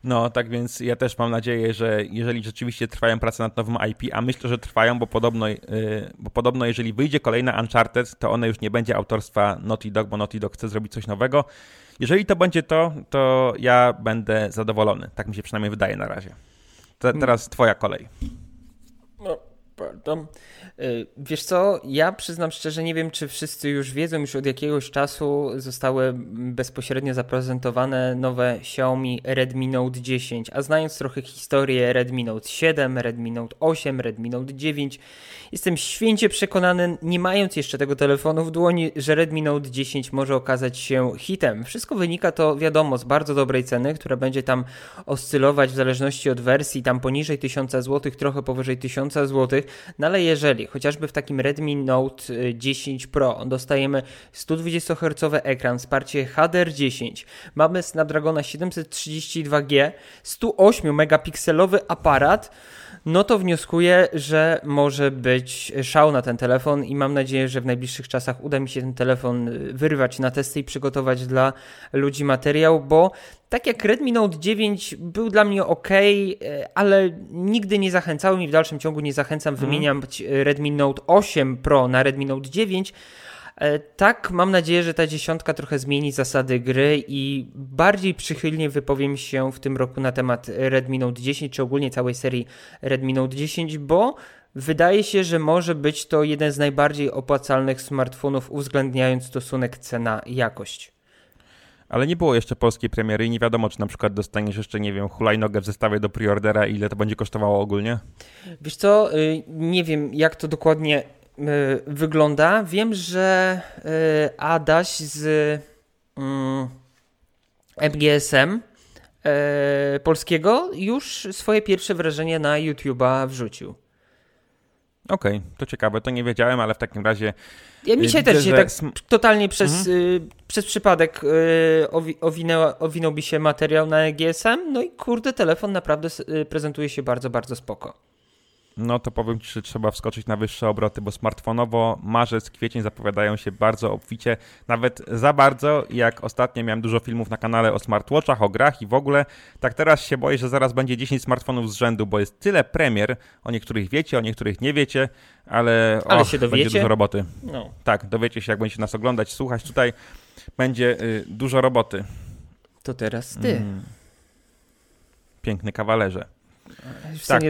No, tak więc ja też mam nadzieję, że jeżeli rzeczywiście trwają prace nad nowym IP, a myślę, że trwają, bo podobno jeżeli wyjdzie kolejna Uncharted, to one już nie będzie autorstwa Naughty Dog, bo Naughty Dog chce zrobić coś nowego. Jeżeli to będzie to ja będę zadowolony. Tak mi się przynajmniej wydaje na razie. Teraz twoja kolej. No, pardon. Wiesz co, ja przyznam szczerze, nie wiem, czy wszyscy już wiedzą, już od jakiegoś czasu zostały bezpośrednio zaprezentowane nowe Xiaomi Redmi Note 10, a znając trochę historię Redmi Note 7, Redmi Note 8, Redmi Note 9, jestem święcie przekonany, nie mając jeszcze tego telefonu w dłoni, że Redmi Note 10 może okazać się hitem. Wszystko wynika to, wiadomo, z bardzo dobrej ceny, która będzie tam oscylować w zależności od wersji, tam poniżej 1000 zł, trochę powyżej 1000 zł, no ale jeżeli chociażby w takim Redmi Note 10 Pro dostajemy 120 Hz ekran, wsparcie HDR10, mamy Snapdragona 732G, 108 megapikselowy aparat, no to wnioskuję, że może być szał na ten telefon i mam nadzieję, że w najbliższych czasach uda mi się ten telefon wyrwać na testy i przygotować dla ludzi materiał, bo tak jak Redmi Note 9 był dla mnie ok, ale nigdy nie zachęcałem i w dalszym ciągu nie zachęcam wymieniać Redmi Note 8 Pro na Redmi Note 9. Tak, mam nadzieję, że ta dziesiątka trochę zmieni zasady gry i bardziej przychylnie wypowiem się w tym roku na temat Redmi Note 10, czy ogólnie całej serii Redmi Note 10, bo wydaje się, że może być to jeden z najbardziej opłacalnych smartfonów, uwzględniając stosunek cena-jakość. Ale nie było jeszcze polskiej premiery i nie wiadomo, czy na przykład dostaniesz jeszcze, nie wiem, hulajnogę w zestawie do preordera i ile to będzie kosztowało ogólnie? Wiesz co, nie wiem jak to dokładnie wygląda. Wiem, że Adaś z MGS-em polskiego już swoje pierwsze wrażenie na YouTube'a wrzucił. Okej, to ciekawe, to nie wiedziałem, ale w takim razie... Mi się też tak totalnie przez przypadek owinąłby się materiał na EGS-em, no i kurde, telefon naprawdę prezentuje się bardzo, bardzo spoko. No to powiem Ci, że trzeba wskoczyć na wyższe obroty, bo smartfonowo marzec, kwiecień zapowiadają się bardzo obficie, nawet za bardzo, jak ostatnio miałem dużo filmów na kanale o smartwatchach, o grach i w ogóle, tak teraz się boję, że zaraz będzie 10 smartfonów z rzędu, bo jest tyle premier, o niektórych wiecie, o niektórych nie wiecie, ale się dowiecie. Będzie dużo roboty. No. Tak, dowiecie się, jak będziecie nas oglądać, słuchać, tutaj będzie dużo roboty. To teraz ty. Piękny kawalerze. Tak,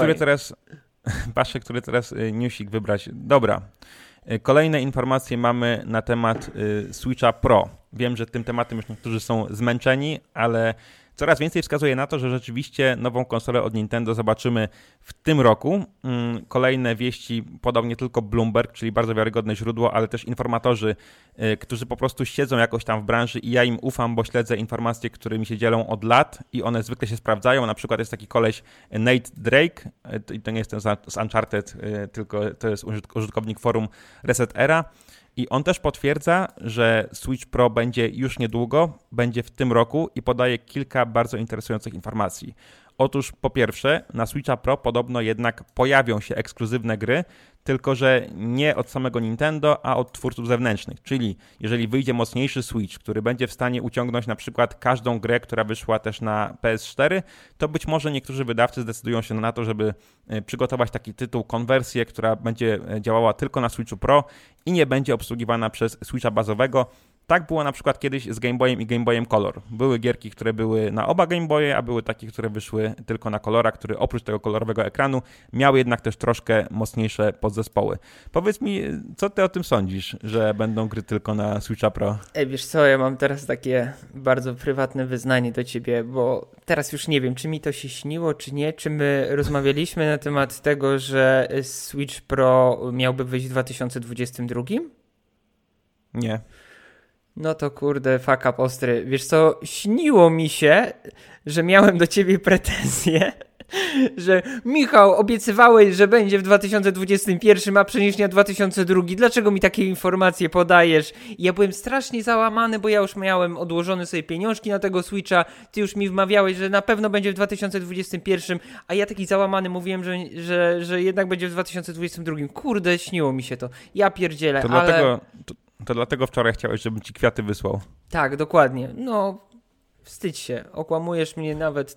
patrzę, który teraz newsik wybrać. Dobra. Kolejne informacje mamy na temat Switcha Pro. Wiem, że tym tematem już niektórzy są zmęczeni, ale coraz więcej wskazuje na to, że rzeczywiście nową konsolę od Nintendo zobaczymy w tym roku. Kolejne wieści podał nie tylko Bloomberg, czyli bardzo wiarygodne źródło, ale też informatorzy, którzy po prostu siedzą jakoś tam w branży i ja im ufam, bo śledzę informacje, którymi się dzielą od lat i one zwykle się sprawdzają. Na przykład jest taki koleś Nate Drake, i to nie jest ten z Uncharted, tylko to jest użytkownik forum Reset Era. I on też potwierdza, że Switch Pro będzie już niedługo, będzie w tym roku i podaje kilka bardzo interesujących informacji. Otóż po pierwsze, na Switcha Pro podobno jednak pojawią się ekskluzywne gry, tylko że nie od samego Nintendo, a od twórców zewnętrznych. Czyli jeżeli wyjdzie mocniejszy Switch, który będzie w stanie uciągnąć na przykład każdą grę, która wyszła też na PS4, to być może niektórzy wydawcy zdecydują się na to, żeby przygotować taki tytuł, konwersję, która będzie działała tylko na Switchu Pro i nie będzie obsługiwana przez Switcha bazowego. Tak było na przykład kiedyś z Game Boyem i Game Boyem Color. Były gierki, które były na oba Game Boye, a były takie, które wyszły tylko na Colora, który oprócz tego kolorowego ekranu miał jednak też troszkę mocniejsze podzespoły. Powiedz mi, co ty o tym sądzisz, że będą gry tylko na Switcha Pro? Wiesz co, ja mam teraz takie bardzo prywatne wyznanie do ciebie, bo teraz już nie wiem, czy mi to się śniło, czy nie, czy my rozmawialiśmy na temat tego, że Switch Pro miałby wyjść w 2022? Nie. No to kurde, fuck up ostry. Wiesz co, śniło mi się, że miałem do ciebie pretensje, że Michał, obiecywałeś, że będzie w 2021, a przeniesienia 2002. Dlaczego mi takie informacje podajesz? I ja byłem strasznie załamany, bo ja już miałem odłożone sobie pieniążki na tego Switcha. Ty już mi wmawiałeś, że na pewno będzie w 2021, a ja taki załamany mówiłem, że jednak będzie w 2022. Kurde, śniło mi się to. Ja pierdzielę, To ale... dlatego wczoraj chciałeś, żebym ci kwiaty wysłał. Tak, dokładnie. No, Wstydź się, okłamujesz mnie nawet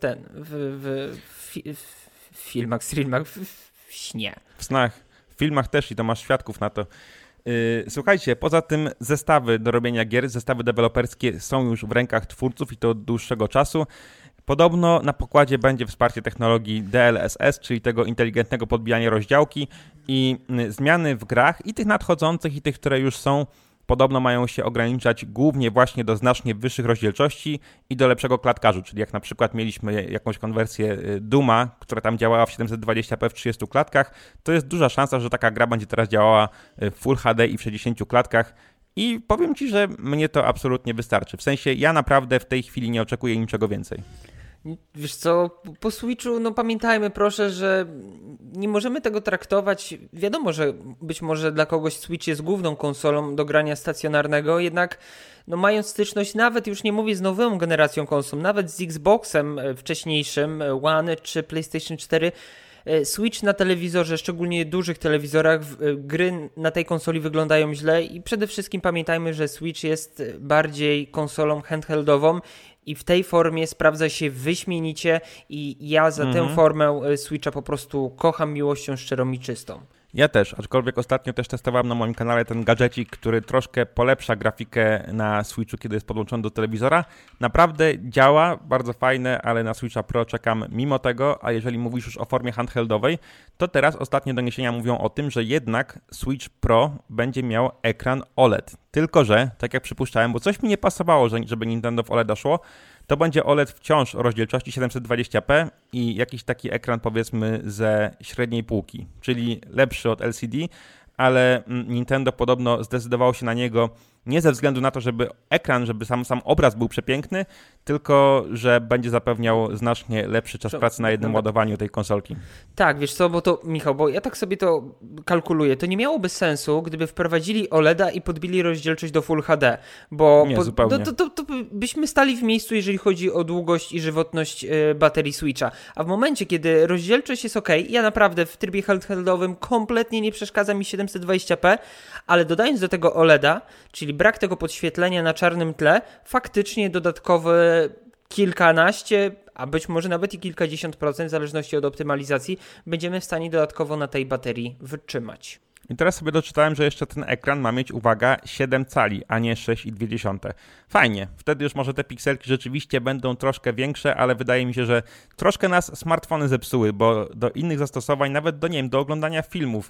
w filmach, streamach, w śnie. W snach, w filmach też i to masz świadków na to. Słuchajcie, poza tym zestawy do robienia gier, zestawy deweloperskie są już w rękach twórców i to od dłuższego czasu. Podobno na pokładzie będzie wsparcie technologii DLSS, czyli tego inteligentnego podbijania rozdziałki i zmiany w grach i tych nadchodzących i tych, które już są, podobno mają się ograniczać głównie właśnie do znacznie wyższych rozdzielczości i do lepszego klatkarzu, czyli jak na przykład mieliśmy jakąś konwersję Dooma, która tam działała w 720p w 30 klatkach, to jest duża szansa, że taka gra będzie teraz działała w Full HD i w 60 klatkach i powiem Ci, że mnie to absolutnie wystarczy. W sensie ja naprawdę w tej chwili nie oczekuję niczego więcej. Wiesz co, po Switchu, no pamiętajmy proszę, że nie możemy tego traktować, wiadomo, że być może dla kogoś Switch jest główną konsolą do grania stacjonarnego, jednak no mając styczność nawet, już nie mówię z nową generacją konsol, nawet z Xboxem wcześniejszym, One czy PlayStation 4, Switch na telewizorze, szczególnie dużych telewizorach, gry na tej konsoli wyglądają źle i przede wszystkim pamiętajmy, że Switch jest bardziej konsolą handheldową i w tej formie sprawdza się wyśmienicie i ja za tę formę Switcha po prostu kocham miłością szczerą i czystą. Ja też, aczkolwiek ostatnio też testowałem na moim kanale ten gadżecik, który troszkę polepsza grafikę na Switchu, kiedy jest podłączony do telewizora. Naprawdę działa, bardzo fajne, ale na Switcha Pro czekam mimo tego, a jeżeli mówisz już o formie handheldowej, to teraz ostatnie doniesienia mówią o tym, że jednak Switch Pro będzie miał ekran OLED. Tylko że, tak jak przypuszczałem, bo coś mi nie pasowało, żeby Nintendo w OLEDa szło, to będzie OLED wciąż o rozdzielczości 720p i jakiś taki ekran powiedzmy ze średniej półki, czyli lepszy od LCD, ale Nintendo podobno zdecydowało się na niego nie ze względu na to, żeby ekran, żeby sam obraz był przepiękny, tylko że będzie zapewniał znacznie lepszy czas pracy na jednym ładowaniu tej konsolki. Tak, wiesz co, bo to, Michał, bo ja tak sobie to kalkuluję, to nie miałoby sensu, gdyby wprowadzili OLEDa i podbili rozdzielczość do Full HD, bo nie, zupełnie. To byśmy stali w miejscu, jeżeli chodzi o długość i żywotność baterii Switcha, a w momencie, kiedy rozdzielczość jest ok, ja naprawdę w trybie handheldowym kompletnie nie przeszkadza mi 720p, ale dodając do tego OLEDa, czyli brak tego podświetlenia na czarnym tle, faktycznie dodatkowe kilkanaście, a być może nawet i kilkadziesiąt procent, w zależności od optymalizacji, będziemy w stanie dodatkowo na tej baterii wytrzymać. I teraz sobie doczytałem, że jeszcze ten ekran ma mieć, uwaga, 7 cali, a nie 6,2. Fajnie, wtedy już może te pikselki rzeczywiście będą troszkę większe, ale wydaje mi się, że troszkę nas smartfony zepsuły, bo do innych zastosowań, nawet do, nie wiem, do oglądania filmów,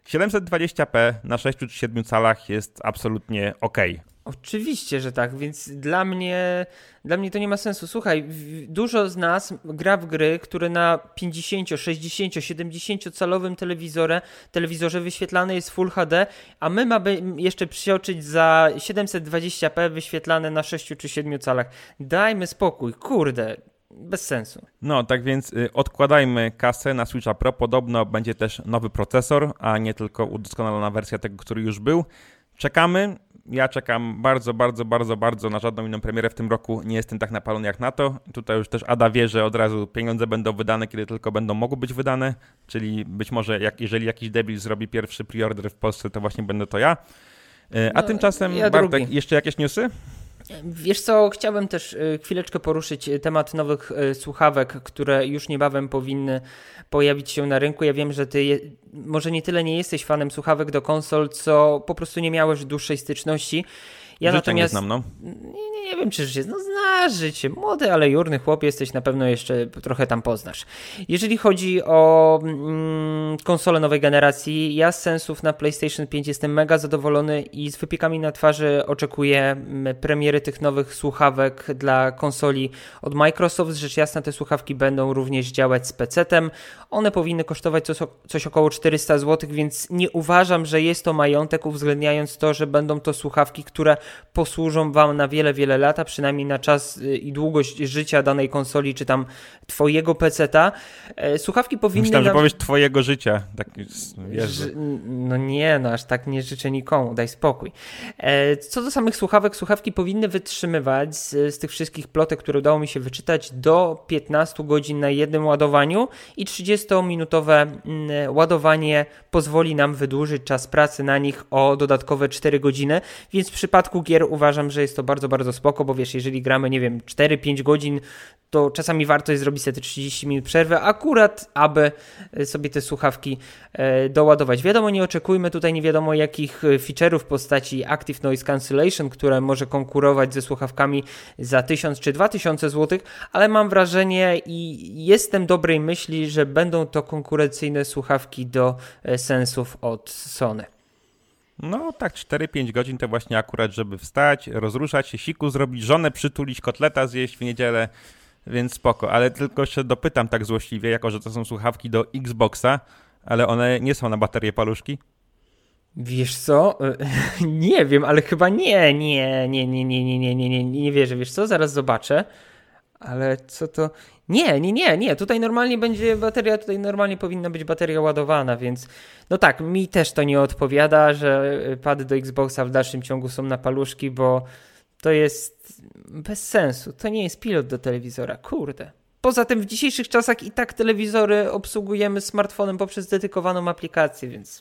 720p na 6 czy 7 calach jest absolutnie okej. Oczywiście, że tak, więc dla mnie to nie ma sensu. Słuchaj, dużo z nas gra w gry, które na 50, 60, 70 calowym telewizorze wyświetlane jest Full HD, a my mamy jeszcze przeoczyć za 720p wyświetlane na 6 czy 7 calach. Dajmy spokój, kurde. Bez sensu. No, tak więc odkładajmy kasę na Switcha Pro. Podobno będzie też nowy procesor, a nie tylko udoskonalona wersja tego, który już był. Czekamy. Ja czekam bardzo na żadną inną premierę w tym roku. Nie jestem tak napalony jak na to. Tutaj już też Ada wie, że od razu pieniądze będą wydane, kiedy tylko będą mogły być wydane. Czyli być może jeżeli jakiś debil zrobi pierwszy preorder w Polsce, to właśnie będę to ja. A tymczasem, ja Bartek, drugi. jeszcze jakieś newsy? Wiesz co, chciałbym też chwileczkę poruszyć temat nowych słuchawek, które już niebawem powinny pojawić się na rynku. Ja wiem, że ty może nie tyle nie jesteś fanem słuchawek do konsol, co po prostu nie miałeś dłuższej styczności. Ja Życia natomiast nie znam, no. Nie wiem, czy życie. No znasz życie. Młody, ale jurny chłop jesteś, na pewno jeszcze trochę tam poznasz. Jeżeli chodzi o konsole nowej generacji, ja z sensów na PlayStation 5 jestem mega zadowolony i z wypiekami na twarzy oczekuję premiery tych nowych słuchawek dla konsoli od Microsoft. Rzecz jasna, te słuchawki będą również działać z PC-tem. One powinny kosztować coś około 400 zł, więc nie uważam, że jest to majątek, uwzględniając to, że będą to słuchawki, które posłużą wam na wiele, wiele lat, a przynajmniej na czas i długość życia danej konsoli, czy tam twojego PC-ta. Słuchawki powinny... Myślałem, że powiesz twojego życia. Tak, no nie, no aż tak nie życzę nikomu, daj spokój. Co do samych słuchawek, słuchawki powinny wytrzymywać z tych wszystkich plotek, które udało mi się wyczytać, do 15 godzin na jednym ładowaniu i 30-minutowe ładowanie pozwoli nam wydłużyć czas pracy na nich o dodatkowe 4 godziny, więc w przypadku gier uważam, że jest to bardzo, bardzo spoko. spoko, bo wiesz, jeżeli gramy, nie wiem, 4-5 godzin, to czasami warto jest zrobić sobie te 30 minut przerwy, akurat aby sobie te słuchawki doładować. Wiadomo, nie oczekujmy tutaj nie wiadomo jakich feature'ów w postaci Active Noise Cancellation, które może konkurować ze słuchawkami za 1000 czy 2000 zł, ale mam wrażenie i jestem dobrej myśli, że będą to konkurencyjne słuchawki do Sensów od Sony. No tak, 4-5 godzin to właśnie akurat, żeby wstać, rozruszać się, siku zrobić, żonę przytulić, kotleta zjeść w niedzielę, więc spoko. Ale tylko się dopytam tak złośliwie, jako że to są słuchawki do Xboxa, ale one nie są na baterię paluszki? Wiesz co? Nie wiem, ale chyba nie wierzę. Wiesz co? Zaraz zobaczę. Ale co to... Nie. Tutaj normalnie będzie bateria, tutaj normalnie powinna być bateria ładowana, więc no tak, mi też to nie odpowiada, że pady do Xboxa w dalszym ciągu są na paluszki, bo to jest bez sensu. To nie jest pilot do telewizora, kurde. Poza tym w dzisiejszych czasach i tak telewizory obsługujemy smartfonem poprzez dedykowaną aplikację, więc...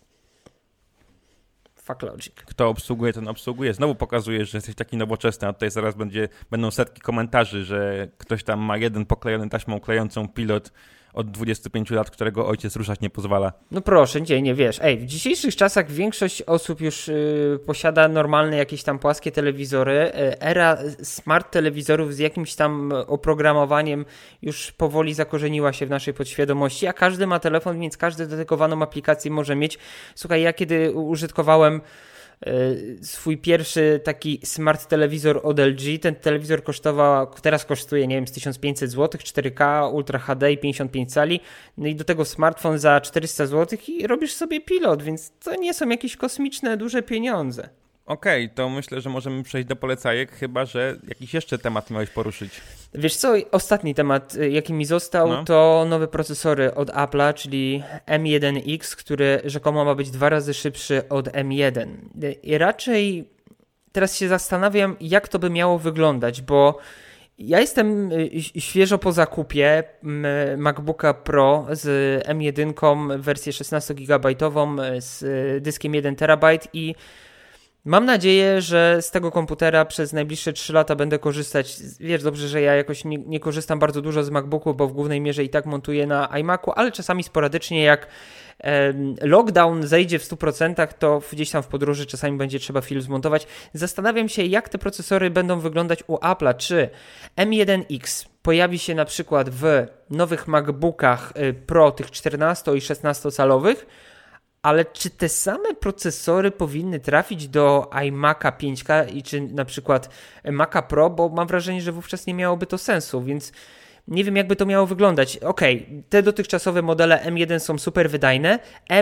Fuck logic. Kto obsługuje, ten obsługuje. Znowu pokazujesz, że jesteś taki nowoczesny, a tutaj zaraz będą setki komentarzy, że ktoś tam ma jeden poklejony taśmą klejącą pilot od 25 lat, którego ojciec ruszać nie pozwala. No proszę, nie wiesz. W dzisiejszych czasach większość osób już posiada normalne jakieś tam płaskie telewizory. Era smart telewizorów z jakimś tam oprogramowaniem już powoli zakorzeniła się w naszej podświadomości, a każdy ma telefon, więc każdy dedykowaną aplikację może mieć. Słuchaj, ja kiedy użytkowałem swój pierwszy taki smart telewizor od LG, ten telewizor teraz kosztuje, nie wiem, z 1500 zł, 4K, Ultra HD i 55 cali, no i do tego smartfon za 400 zł i robisz sobie pilot, więc to nie są jakieś kosmiczne, duże pieniądze. Okej, to myślę, że możemy przejść do polecajek, chyba że jakiś jeszcze temat miałeś poruszyć. Wiesz co, ostatni temat, jaki mi został, to nowe procesory od Apple'a, czyli M1X, który rzekomo ma być 2 razy szybszy od M1. I raczej teraz się zastanawiam, jak to by miało wyglądać, bo ja jestem świeżo po zakupie MacBooka Pro z M1 wersję 16GB z dyskiem 1 TB i mam nadzieję, że z tego komputera przez najbliższe 3 lata będę korzystać. Wiesz dobrze, że ja jakoś nie korzystam bardzo dużo z MacBooków, bo w głównej mierze i tak montuję na iMacu, ale czasami sporadycznie jak lockdown zejdzie w 100%, to gdzieś tam w podróży czasami będzie trzeba film zmontować. Zastanawiam się, jak te procesory będą wyglądać u Apple'a. Czy M1X pojawi się na przykład w nowych MacBookach Pro, tych 14 i 16 calowych, ale czy te same procesory powinny trafić do iMac'a 5K i czy na przykład Maca Pro, bo mam wrażenie, że wówczas nie miałoby to sensu, więc nie wiem, jakby to miało wyglądać. Okej, te dotychczasowe modele M1 są super wydajne,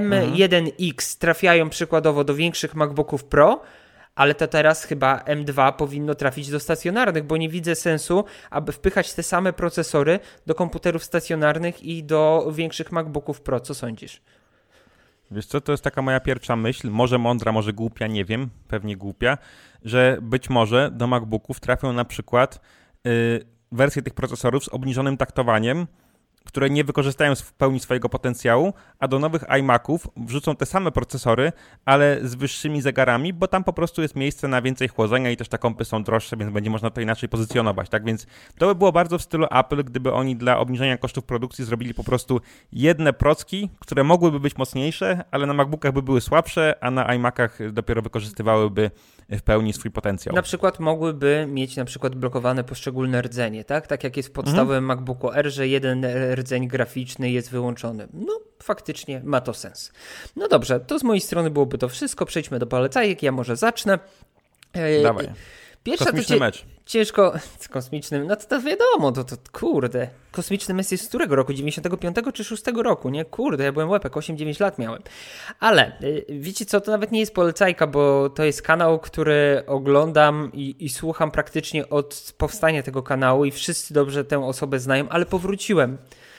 M1X trafiają przykładowo do większych MacBooków Pro, ale to teraz chyba M2 powinno trafić do stacjonarnych, bo nie widzę sensu, aby wpychać te same procesory do komputerów stacjonarnych i do większych MacBooków Pro. Co sądzisz? Wiesz co, to jest taka moja pierwsza myśl, może mądra, może głupia, nie wiem, pewnie głupia, że być może do MacBooków trafią na przykład wersje tych procesorów z obniżonym taktowaniem, które nie wykorzystają w pełni swojego potencjału, a do nowych iMaców wrzucą te same procesory, ale z wyższymi zegarami, bo tam po prostu jest miejsce na więcej chłodzenia i też te kompy są droższe, więc będzie można to inaczej pozycjonować, tak? Więc to by było bardzo w stylu Apple, gdyby oni dla obniżenia kosztów produkcji zrobili po prostu jedne procki, które mogłyby być mocniejsze, ale na MacBookach by były słabsze, a na iMacach dopiero wykorzystywałyby w pełni swój potencjał. Na przykład mogłyby mieć na przykład blokowane poszczególne rdzenie, tak? Tak jak jest w podstawowym MacBooku R, że jeden rdzeń graficzny jest wyłączony. No, faktycznie ma to sens. No dobrze, to z mojej strony byłoby to wszystko. Przejdźmy do polecajek. Ja może zacznę. Dawaj. Pierwsza kosmiczny mecz. Ciężko z kosmicznym, no to wiadomo, to kurde. Kosmiczny mecz jest z którego roku? 95 czy 6 roku, nie? Kurde, ja byłem łepek, 8-9 lat miałem. Ale wiecie co, to nawet nie jest polecajka, bo to jest kanał, który oglądam i słucham praktycznie od powstania tego kanału i wszyscy dobrze tę osobę znają, ale powróciłem.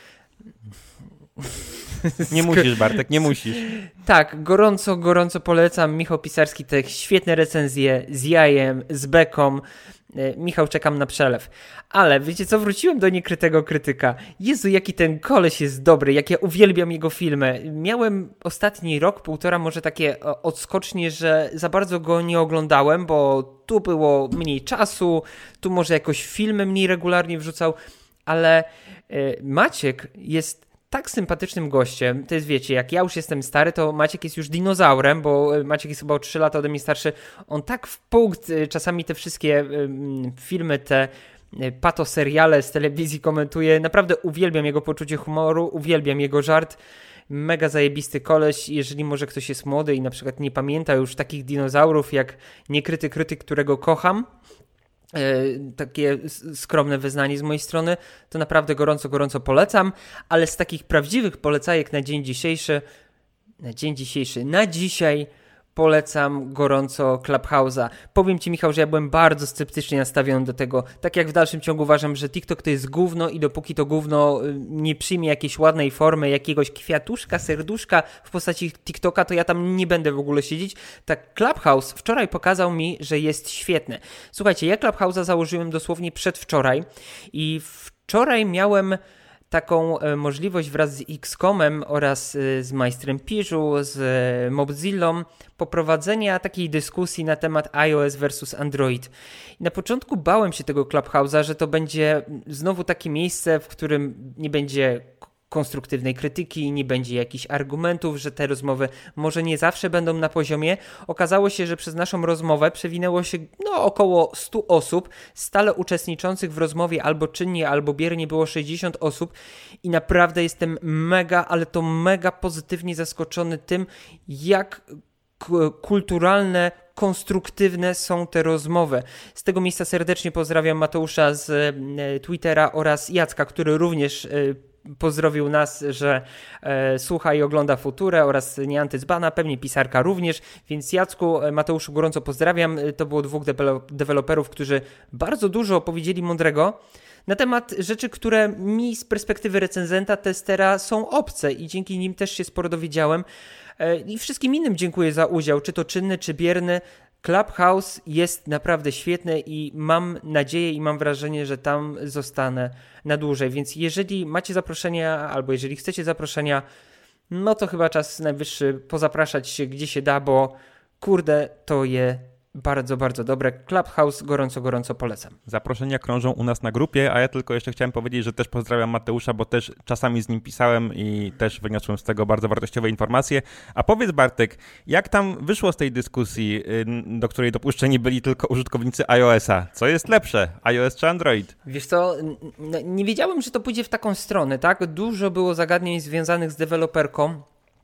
Nie musisz, Bartek, nie musisz. Tak, gorąco polecam. Michał Pisarski, te świetne recenzje z jajem, z beką. Michał, czekam na przelew. Ale wiecie co, wróciłem do Niekrytego Krytyka. Jezu, jaki ten koleś jest dobry, jak ja uwielbiam jego filmy. Miałem ostatni rok, półtora może takie odskocznie, że za bardzo go nie oglądałem, bo tu było mniej czasu, tu może jakoś filmy mniej regularnie wrzucał, ale Maciek jest tak sympatycznym gościem. To jest, wiecie, jak ja już jestem stary, to Maciek jest już dinozaurem, bo Maciek jest chyba o 3 lata ode mnie starszy. On tak w punkt czasami te wszystkie filmy, te patoseriale z telewizji komentuje. Naprawdę uwielbiam jego poczucie humoru, uwielbiam jego żart. Mega zajebisty koleś. Jeżeli może ktoś jest młody i na przykład nie pamięta już takich dinozaurów jak Niekryty Krytyk, którego kocham, takie skromne wyznanie z mojej strony, to naprawdę gorąco polecam, ale z takich prawdziwych polecajek na dzisiaj polecam gorąco Clubhouse'a. Powiem Ci, Michał, że ja byłem bardzo sceptycznie nastawiony do tego. Tak jak w dalszym ciągu uważam, że TikTok to jest gówno i dopóki to gówno nie przyjmie jakiejś ładnej formy, jakiegoś kwiatuszka, serduszka w postaci TikToka, to ja tam nie będę w ogóle siedzieć. Tak Clubhouse wczoraj pokazał mi, że jest świetny. Słuchajcie, ja Clubhouse'a założyłem dosłownie przedwczoraj i wczoraj miałem taką możliwość wraz z X-Comem oraz z Majstrem Piżu, z Mobzillą poprowadzenia takiej dyskusji na temat iOS versus Android. I na początku bałem się tego Clubhouse'a, że to będzie znowu takie miejsce, w którym nie będzie konstruktywnej krytyki, nie będzie jakichś argumentów, że te rozmowy może nie zawsze będą na poziomie. Okazało się, że przez naszą rozmowę przewinęło się około 100 osób, stale uczestniczących w rozmowie albo czynnie, albo biernie było 60 osób i naprawdę jestem mega, ale to mega pozytywnie zaskoczony tym, jak kulturalne, konstruktywne są te rozmowy. Z tego miejsca serdecznie pozdrawiam Mateusza z Twittera oraz Jacka, który również pozdrowił nas, że słucha i ogląda Futurę oraz Nieantyzbana, pewnie pisarka również, więc Jacku, Mateuszu gorąco pozdrawiam. To było 2 deweloperów, którzy bardzo dużo powiedzieli mądrego na temat rzeczy, które mi z perspektywy recenzenta, testera są obce i dzięki nim też się sporo dowiedziałem. I wszystkim innym dziękuję za udział, czy to czynny, czy bierny. Clubhouse jest naprawdę świetny i mam nadzieję i mam wrażenie, że tam zostanę na dłużej, więc jeżeli macie zaproszenia albo jeżeli chcecie zaproszenia, no to chyba czas najwyższy pozapraszać się gdzie się da, bo kurde, to je bardzo dobre. Clubhouse gorąco polecam. Zaproszenia krążą u nas na grupie, a ja tylko jeszcze chciałem powiedzieć, że też pozdrawiam Mateusza, bo też czasami z nim pisałem i też wyniosłem z tego bardzo wartościowe informacje. A powiedz, Bartek, jak tam wyszło z tej dyskusji, do której dopuszczeni byli tylko użytkownicy iOS-a? Co jest lepsze, iOS czy Android? Wiesz co, nie wiedziałem, że to pójdzie w taką stronę, tak? Dużo było zagadnień związanych z deweloperką.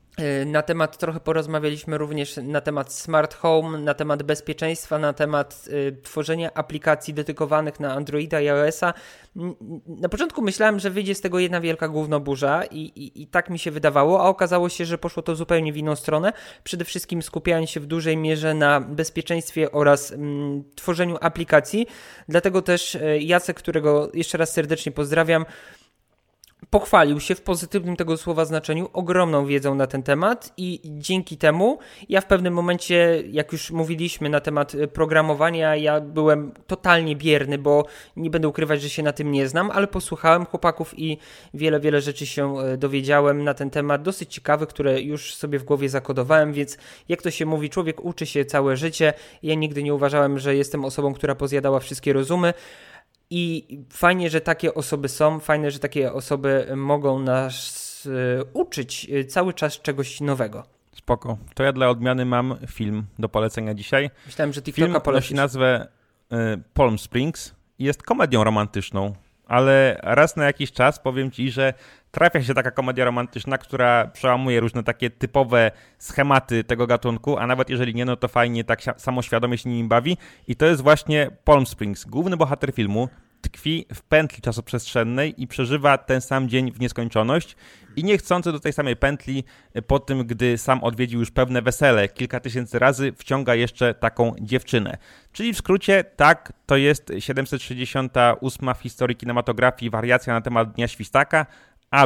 Na temat, trochę porozmawialiśmy również na temat smart home, na temat bezpieczeństwa, na temat tworzenia aplikacji dedykowanych na Androida i iOS-a. Na początku myślałem, że wyjdzie z tego jedna wielka gównoburza i tak mi się wydawało, a okazało się, że poszło to zupełnie w inną stronę. Przede wszystkim skupiając się w dużej mierze na bezpieczeństwie oraz tworzeniu aplikacji. Dlatego też Jacek, którego jeszcze raz serdecznie pozdrawiam, pochwalił się w pozytywnym tego słowa znaczeniu ogromną wiedzą na ten temat i dzięki temu ja w pewnym momencie, jak już mówiliśmy na temat programowania, ja byłem totalnie bierny, bo nie będę ukrywać, że się na tym nie znam, ale posłuchałem chłopaków i wiele rzeczy się dowiedziałem na ten temat, dosyć ciekawych, które już sobie w głowie zakodowałem, więc jak to się mówi, człowiek uczy się całe życie. Ja nigdy nie uważałem, że jestem osobą, która pozjadała wszystkie rozumy. I fajnie, że takie osoby są, fajne, że takie osoby mogą nas uczyć cały czas czegoś nowego. Spoko. To ja dla odmiany mam film do polecenia dzisiaj. Myślałem, że TikToka film nosi nazwę Palm Springs i jest komedią romantyczną, ale raz na jakiś czas powiem Ci, że trafia się taka komedia romantyczna, która przełamuje różne takie typowe schematy tego gatunku, a nawet jeżeli nie, no to fajnie, tak samoświadomie się nim bawi. I to jest właśnie Palm Springs. Główny bohater filmu tkwi w pętli czasoprzestrzennej i przeżywa ten sam dzień w nieskończoność i niechcący do tej samej pętli, po tym gdy sam odwiedził już pewne wesele kilka tysięcy razy, wciąga jeszcze taką dziewczynę. Czyli w skrócie, tak, to jest 768 w historii kinematografii wariacja na temat Dnia Świstaka, ale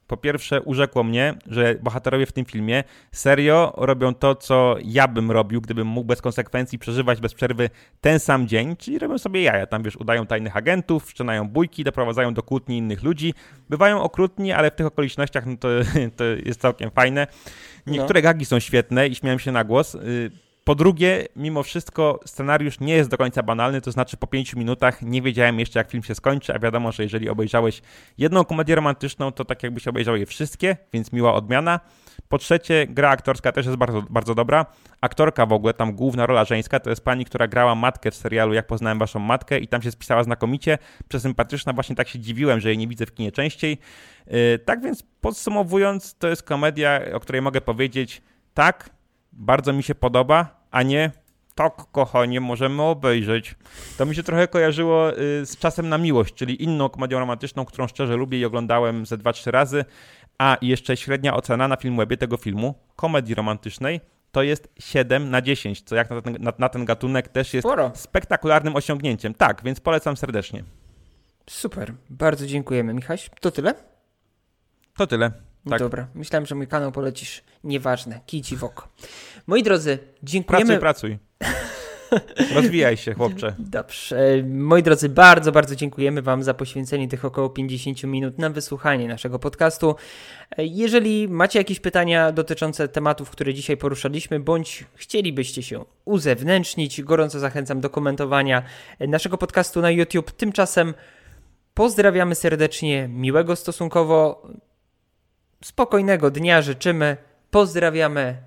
po pierwsze urzekło mnie, że bohaterowie w tym filmie serio robią to, co ja bym robił, gdybym mógł bez konsekwencji przeżywać bez przerwy ten sam dzień, czyli robią sobie jaja. Tam, wiesz, udają tajnych agentów, wszczynają bójki, doprowadzają do kłótni innych ludzi. Bywają okrutni, ale w tych okolicznościach no to jest całkiem fajne. Niektóre gagi są świetne i śmiałem się na głos. Po drugie, mimo wszystko scenariusz nie jest do końca banalny, to znaczy po 5 minutach nie wiedziałem jeszcze, jak film się skończy, a wiadomo, że jeżeli obejrzałeś jedną komedię romantyczną, to tak jakbyś obejrzał je wszystkie, więc miła odmiana. Po trzecie, gra aktorska też jest bardzo, bardzo dobra. Aktorka w ogóle, tam główna rola żeńska, to jest pani, która grała matkę w serialu Jak poznałem waszą matkę i tam się spisała znakomicie, przesympatyczna, właśnie tak się dziwiłem, że jej nie widzę w kinie częściej. Tak więc podsumowując, to jest komedia, o której mogę powiedzieć tak, bardzo mi się podoba, a nie tak, kochanie, możemy obejrzeć. To mi się trochę kojarzyło z Czasem na miłość, czyli inną komedią romantyczną, którą szczerze lubię i oglądałem ze 2-3 razy, a jeszcze średnia ocena na Filmwebie tego filmu, komedii romantycznej, to jest 7/10, co jak na ten gatunek też jest spektakularnym osiągnięciem. Tak, więc polecam serdecznie. Super, bardzo dziękujemy. Michaś, to tyle? To tyle. Tak. Dobra, myślałem, że mój kanał polecisz. Nieważne, kij ci w oko. Moi drodzy, dziękujemy. Pracuj. Rozwijaj się, chłopcze. Dobrze. Moi drodzy, bardzo, bardzo dziękujemy wam za poświęcenie tych około 50 minut na wysłuchanie naszego podcastu. Jeżeli macie jakieś pytania dotyczące tematów, które dzisiaj poruszaliśmy, bądź chcielibyście się uzewnętrznić, gorąco zachęcam do komentowania naszego podcastu na YouTube. Tymczasem pozdrawiamy serdecznie, miłego stosunkowo spokojnego dnia życzymy. Pozdrawiamy.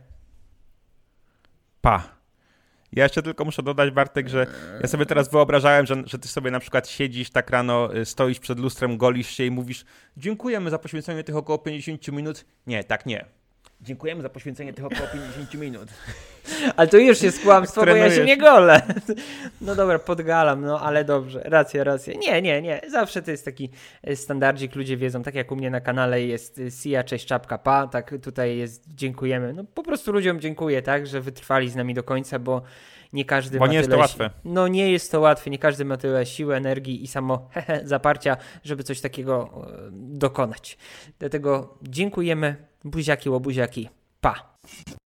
Pa. Ja jeszcze tylko muszę dodać, Bartek, że ja sobie teraz wyobrażałem, że ty sobie na przykład siedzisz tak rano, stoisz przed lustrem, golisz się i mówisz: dziękujemy za poświęcenie tych około 50 minut. Nie, tak nie. Dziękujemy za poświęcenie tych około 50 minut. Ale to już jest kłamstwo, bo ja się nie golę. No dobra, podgalam, no ale dobrze. Racja. Nie. Zawsze to jest taki standardzik, ludzie wiedzą, tak jak u mnie na kanale jest Sia, cześć, czapka, pa, tak tutaj jest dziękujemy. No po prostu ludziom dziękuję, tak, że wytrwali z nami do końca, bo nie każdy ma tyle... Bo nie jest to łatwe. No nie jest to łatwe, nie każdy ma tyle siły, energii i samo zaparcia, żeby coś takiego dokonać. Dlatego dziękujemy, buziaki, łobuziaki, pa.